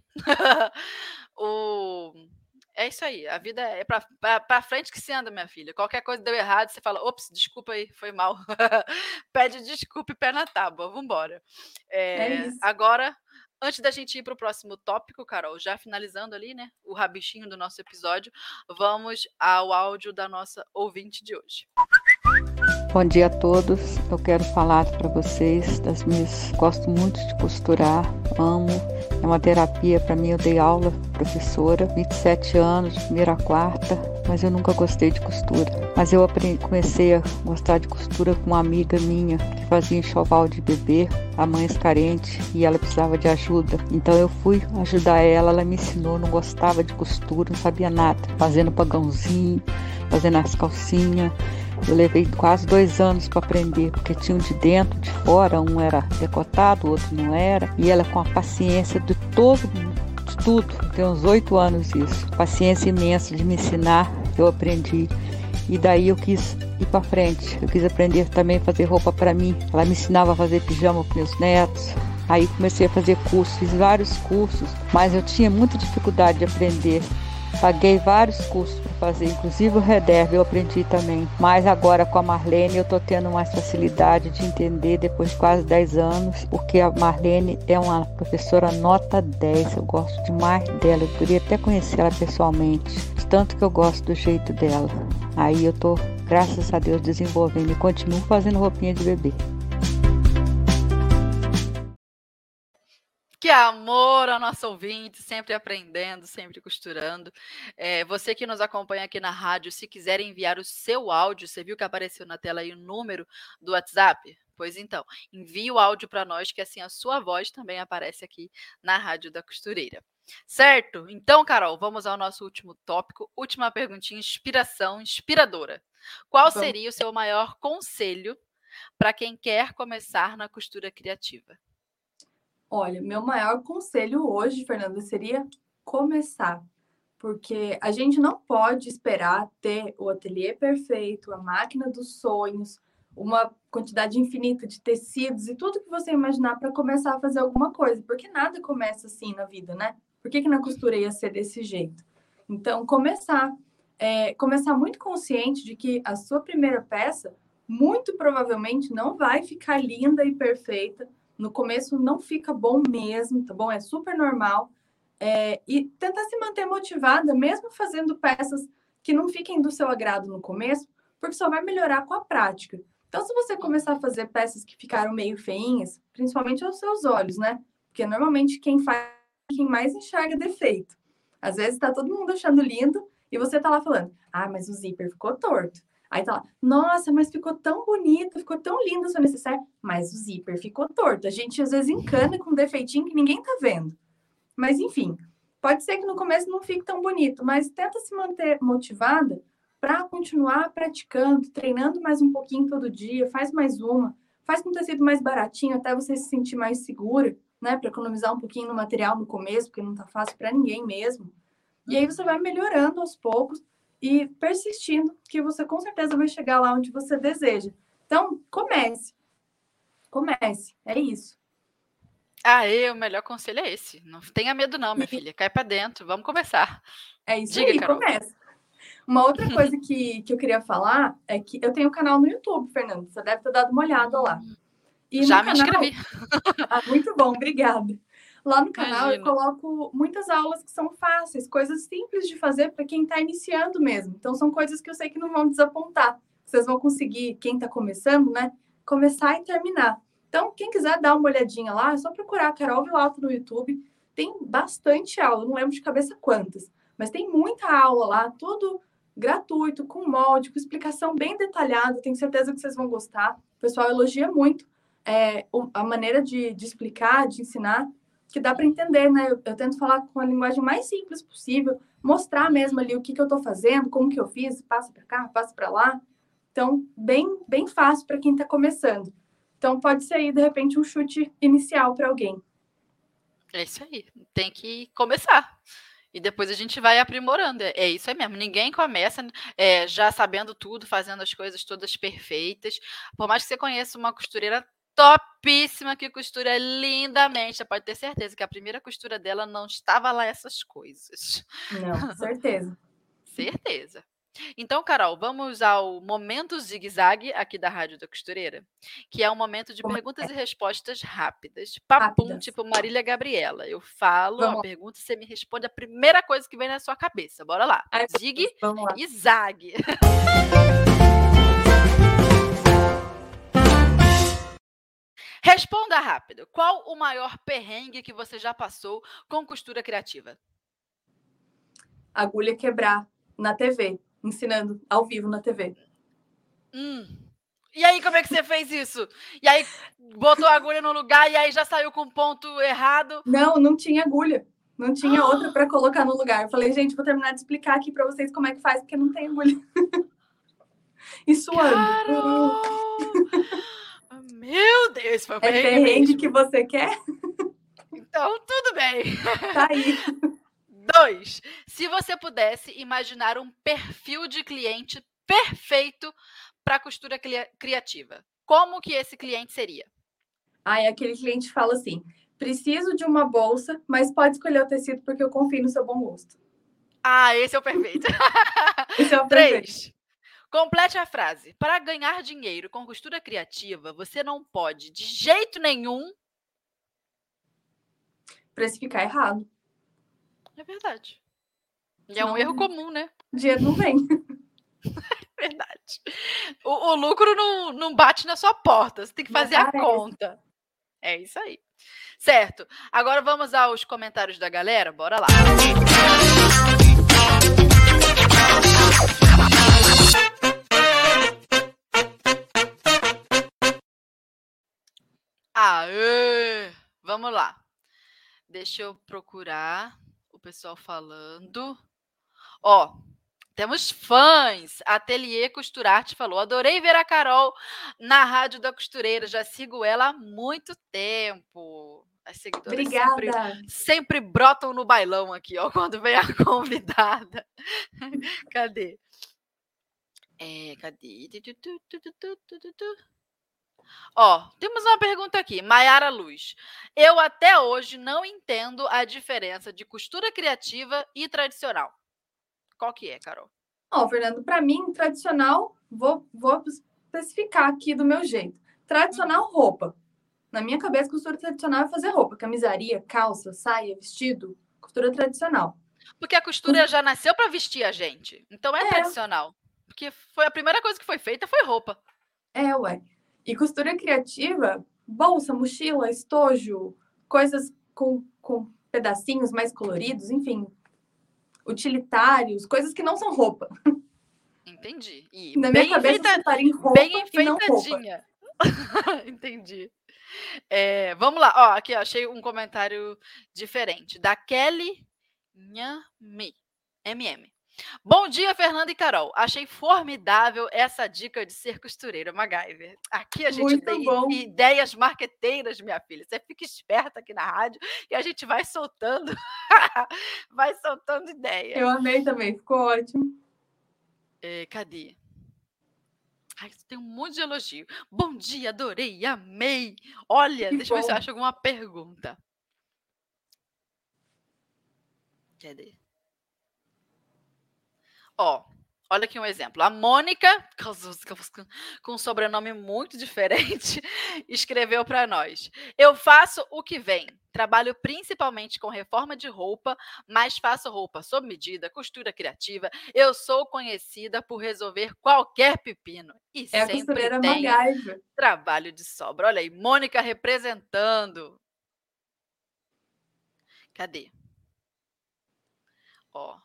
É isso aí, a vida é pra frente que se anda, minha filha. Qualquer coisa deu errado, você fala, ops, desculpa aí, foi mal. Pede desculpa e pé na tábua, vambora.
É isso.
Agora, antes da gente ir para o próximo tópico, Carol, já finalizando ali, né, o rabichinho do nosso episódio, vamos ao áudio da nossa ouvinte de hoje.
Bom dia a todos, eu quero falar para vocês gosto muito de costurar, amo, é uma terapia para mim, eu dei aula, professora, 27 anos, de primeira a quarta, mas eu nunca gostei de costura. Mas eu comecei a gostar de costura com uma amiga minha que fazia enxoval de bebê, a mãe carente, e ela precisava de ajuda. Então eu fui ajudar ela me ensinou, não gostava de costura, não sabia nada, fazendo pagãozinho, fazendo as calcinhas. Eu levei quase 2 anos para aprender, porque tinha um de dentro, de fora, um era decotado, o outro não era. E ela com a paciência de todo mundo, de tudo, tem uns 8 anos isso. Paciência imensa de me ensinar, eu aprendi. E daí eu quis ir para frente, eu quis aprender também a fazer roupa para mim. Ela me ensinava a fazer pijama para meus netos. Aí comecei a fazer cursos, fiz vários cursos, mas eu tinha muita dificuldade de aprender. Paguei vários cursos para fazer, inclusive o Rederv eu aprendi também. Mas agora com a Marlene eu estou tendo mais facilidade de entender depois de quase 10 anos, porque a Marlene é uma professora nota 10, eu gosto demais dela, eu queria até conhecer ela pessoalmente, de tanto que eu gosto do jeito dela. Aí eu estou, graças a Deus, desenvolvendo e continuo fazendo roupinha de bebê.
Que amor ao nosso ouvinte, sempre aprendendo, sempre costurando. Você que nos acompanha aqui na rádio, se quiser enviar o seu áudio, você viu que apareceu na tela aí o número do WhatsApp? Pois então, envie o áudio para nós, que assim a sua voz também aparece aqui na Rádio da Costureira. Certo? Então, Carol, vamos ao nosso último tópico, última perguntinha, inspiração, inspiradora. Qual seria o seu maior conselho para quem quer começar na costura criativa?
Olha, meu maior conselho hoje, Fernanda, seria começar. Porque a gente não pode esperar ter o ateliê perfeito, a máquina dos sonhos, uma quantidade infinita de tecidos e tudo que você imaginar para começar a fazer alguma coisa. Porque nada começa assim na vida, né? Por que na costura ia ser desse jeito? Então, começar muito consciente de que a sua primeira peça, muito provavelmente, não vai ficar linda e perfeita. No começo não fica bom mesmo, tá bom? É super normal. E tentar se manter motivada, mesmo fazendo peças que não fiquem do seu agrado no começo, porque só vai melhorar com a prática. Então, se você começar a fazer peças que ficaram meio feinhas, principalmente aos seus olhos, né? Porque normalmente quem faz é quem mais enxerga defeito. Às vezes tá todo mundo achando lindo e você tá lá falando, ah, mas o zíper ficou torto. Aí tá lá, nossa, mas ficou tão bonito, ficou tão lindo o seu necessaire, mas o zíper ficou torto. A gente às vezes encana com um defeitinho que ninguém tá vendo. Mas, enfim, pode ser que no começo não fique tão bonito, mas tenta se manter motivada para continuar praticando, treinando mais um pouquinho todo dia, faz mais uma, faz com tecido mais baratinho, até você se sentir mais segura, né? Para economizar um pouquinho no material no começo, porque não tá fácil para ninguém mesmo. E aí você vai melhorando aos poucos e persistindo, que você com certeza vai chegar lá onde você deseja. Então, comece. Comece, é isso.
O melhor conselho é esse. Não tenha medo não, minha filha. Cai pra dentro, vamos começar.
É isso.
Diga,
aí,
Carol.
Começa. Uma outra coisa que eu queria falar é que eu tenho um canal no YouTube, Fernando. Você deve ter dado uma olhada lá. E
já me inscrevi.
Muito bom, obrigada. Lá no canal eu coloco muitas aulas que são fáceis, coisas simples de fazer para quem está iniciando mesmo. Então, são coisas que eu sei que não vão desapontar. Vocês vão conseguir, quem está começando, né? Começar e terminar. Então, quem quiser dar uma olhadinha lá, é só procurar a Carol Villalta no YouTube. Tem bastante aula, não lembro de cabeça quantas, mas tem muita aula lá, tudo gratuito, com molde, com explicação bem detalhada. Tenho certeza que vocês vão gostar. O pessoal elogia muito a maneira de explicar, de ensinar, que dá para entender, né? Eu tento falar com a linguagem mais simples possível, mostrar mesmo ali o que eu estou fazendo, como que eu fiz, passa para cá, passa para lá. Então, bem fácil para quem está começando. Então, pode ser aí, de repente, um chute inicial para alguém.
É isso aí. Tem que começar. E depois a gente vai aprimorando. É isso aí mesmo. Ninguém começa já sabendo tudo, fazendo as coisas todas perfeitas. Por mais que você conheça uma costureira topíssima que costura lindamente, você pode ter certeza que a primeira costura dela não estava lá essas coisas.
Não, certeza.
Certeza. Então, Carol, vamos ao momento zigue-zague aqui da Rádio da Costureira, que é um momento de perguntas e respostas rápidas. Papum, tipo Marília Gabriela. Eu falo a pergunta e você me responde a primeira coisa que vem na sua cabeça. Bora lá. Zigue e zague. Responda rápido. Qual o maior perrengue que você já passou com costura criativa?
Agulha quebrar na TV. Ensinando ao vivo na TV.
E aí, como é que você fez isso? E aí, botou a agulha no lugar e aí já saiu com ponto errado?
Não tinha agulha. Não tinha outra para colocar no lugar. Eu falei, gente, vou terminar de explicar aqui para vocês como é que faz, porque não tem agulha. E suando.
Carol! Meu Deus, foi um
perrengue que você quer?
Então, tudo bem.
Tá aí.
2. Se você pudesse imaginar um perfil de cliente perfeito para costura criativa, como que esse cliente seria?
Aquele cliente fala assim, preciso de uma bolsa, mas pode escolher o tecido porque eu confio no seu bom gosto.
Esse é o perfeito.
Esse é o perfeito.
3. Complete a frase. Para ganhar dinheiro com costura criativa, você não pode, de jeito nenhum,
precificar errado.
É verdade. E é um erro comum, né?
Dinheiro não vem.
Verdade. O lucro não bate na sua porta. Você tem que fazer a conta. É isso aí. Certo. Agora vamos aos comentários da galera. Bora lá. Vamos lá. Deixa eu procurar o pessoal falando. Temos fãs. Ateliê Costurarte falou, adorei ver a Carol na Rádio da Costureira, já sigo ela há muito tempo. As seguidoras
Obrigada.
sempre brotam no bailão aqui, ó, quando vem a convidada. Cadê? Cadê? Ó, temos uma pergunta aqui. Maiara Luz. Eu até hoje não entendo a diferença de costura criativa e tradicional. Qual que é, Carol?
Ó, Fernando, para mim, tradicional, vou especificar aqui do meu jeito. Tradicional, roupa. Na minha cabeça, costura tradicional é fazer roupa. Camisaria, calça, saia, vestido. Costura tradicional.
Porque a costura já nasceu para vestir a gente. Então é tradicional. Porque foi a primeira coisa que foi feita, foi roupa.
Ué. E costura criativa, bolsa, mochila, estojo, coisas com pedacinhos mais coloridos, enfim. Utilitários, coisas que não são roupa.
Entendi. E
na minha cabeça, em roupa
bem enfeitadinha. Entendi. Vamos lá. Ó, aqui, ó, achei um comentário diferente. Da Kelly Nhami. MM. Bom dia, Fernanda e Carol. Achei formidável essa dica de ser costureira, MacGyver. Aqui a gente tem ideias marqueteiras, minha filha. Você fica esperta aqui na rádio e a gente vai soltando, ideias.
Eu amei também, ficou ótimo.
Cadê? Ai, tem um monte de elogio. Bom dia, adorei, amei. Olha, deixa eu ver se eu acho alguma pergunta. Cadê? Ó, olha aqui um exemplo. A Mônica, com um sobrenome muito diferente, escreveu para nós. Eu faço o que vem. Trabalho principalmente com reforma de roupa, mas faço roupa sob medida, costura criativa. Eu sou conhecida por resolver qualquer pepino. E sempre tem trabalho de sobra. Olha aí, Mônica representando. Cadê? Ó,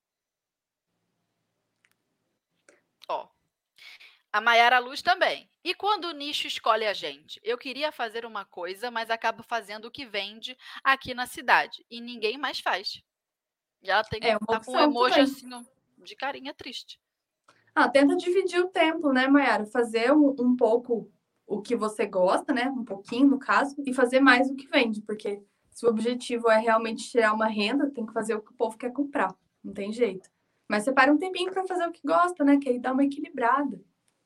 a Maiara Luz também. E quando o nicho escolhe a gente? Eu queria fazer uma coisa, mas acabo fazendo o que vende aqui na cidade. E ninguém mais faz. E ela tá com um emoji assim, de carinha triste.
Tenta dividir o tempo, né, Maiara? Fazer um pouco o que você gosta, né? Um pouquinho, no caso. E fazer mais o que vende. Porque se o objetivo é realmente tirar uma renda, tem que fazer o que o povo quer comprar. Não tem jeito. Mas separa um tempinho para fazer o que gosta, né? Que aí dá uma equilibrada.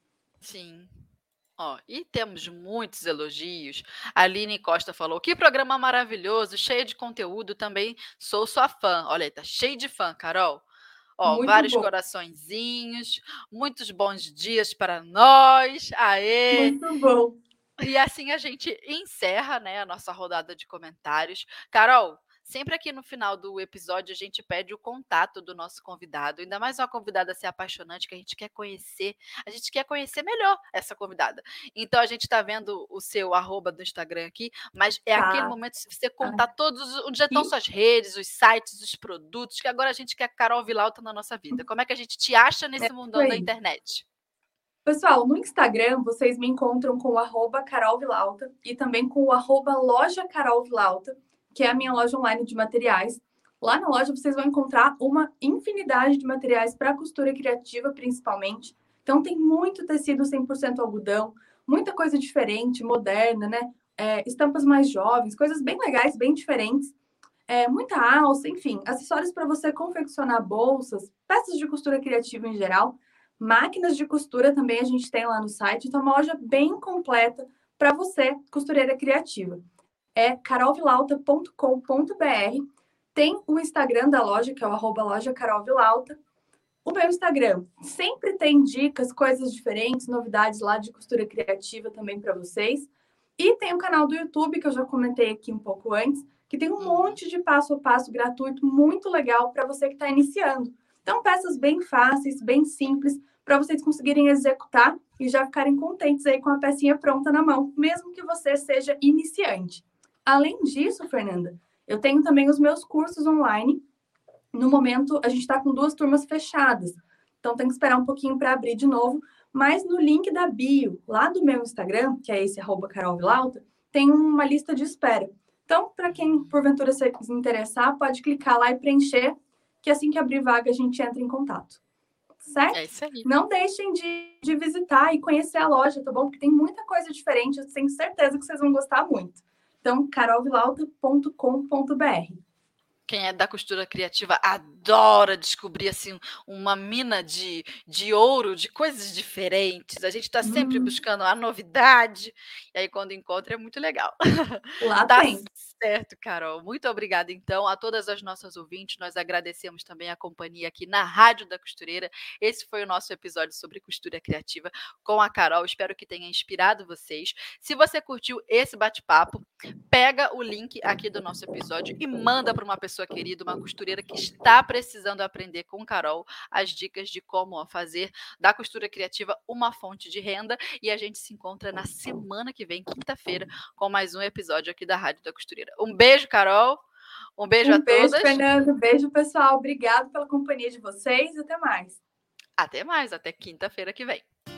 Sim. Ó, e temos muitos elogios. A Aline Costa falou, que programa maravilhoso, cheio de conteúdo, também sou sua fã. Olha aí, tá cheio de fã, Carol. Ó, muito vários bom. Coraçõezinhos, muitos bons dias para nós. Aê!
Muito bom.
E assim a gente encerra, né, a nossa rodada de comentários. Carol, sempre aqui no final do episódio a gente pede o contato do nosso convidado, ainda mais uma convidada assim apaixonante que a gente quer conhecer melhor essa convidada. Então a gente está vendo o seu @ do Instagram aqui, mas aquele momento de você contar todos onde já estão suas redes, os sites, os produtos, que agora a gente quer Carol Vilauta na nossa vida. Como é que a gente te acha nesse mundão da internet?
Pessoal, no Instagram vocês me encontram com o @Carol Vilauta e também com o @Loja Carol Vilauta, que é a minha loja online de materiais. Lá na loja vocês vão encontrar uma infinidade de materiais para costura criativa, principalmente. Então tem muito tecido 100% algodão, muita coisa diferente, moderna, né? Estampas mais jovens, coisas bem legais, bem diferentes. Muita alça, enfim, acessórios para você confeccionar bolsas, peças de costura criativa em geral. Máquinas de costura também a gente tem lá no site. Então, é uma loja bem completa para você, costureira criativa. É carolvilauta.com.br. Tem o Instagram da loja, que é o @loja Carol Vilauta. O meu Instagram sempre tem dicas, coisas diferentes, novidades lá de costura criativa também para vocês. E tem o canal do YouTube, que eu já comentei aqui um pouco antes, que tem um monte de passo a passo gratuito, muito legal para você que está iniciando. Então, peças bem fáceis, bem simples, para vocês conseguirem executar e já ficarem contentes aí com a pecinha pronta na mão, mesmo que você seja iniciante. Além disso, Fernanda, eu tenho também os meus cursos online. No momento, a gente está com 2 turmas fechadas, então tem que esperar um pouquinho para abrir de novo, mas no link da bio, lá do meu Instagram, que é esse @carolvilauta, tem uma lista de espera. Então, para quem porventura se interessar, pode clicar lá e preencher, que assim que abrir vaga, a gente entra em contato. Certo?
É isso aí.
Não deixem de visitar e conhecer a loja, tá bom? Porque tem muita coisa diferente, eu tenho certeza que vocês vão gostar muito. Então, carolvilauta.com.br.
Quem é da costura criativa adora descobrir assim uma mina de ouro, de coisas diferentes. A gente está sempre buscando a novidade. E aí, quando encontra, é muito legal.
Lá
Tá
tem.
certo, Carol. Muito obrigada, então, a todas as nossas ouvintes. Nós agradecemos também a companhia aqui na Rádio da Costureira. Esse foi o nosso episódio sobre costura criativa com a Carol. Espero que tenha inspirado vocês. Se você curtiu esse bate-papo, pega o link aqui do nosso episódio e manda para uma pessoa querida, uma costureira que está precisando aprender com Carol as dicas de como fazer da costura criativa uma fonte de renda. E a gente se encontra na semana que vem, quinta-feira, com mais um episódio aqui da Rádio da Costureira. Um beijo, Carol. Um beijo a todas.
Um beijo, Fernanda. Beijo, pessoal. Obrigado pela companhia de vocês. Até mais.
Até mais. Até quinta-feira que vem.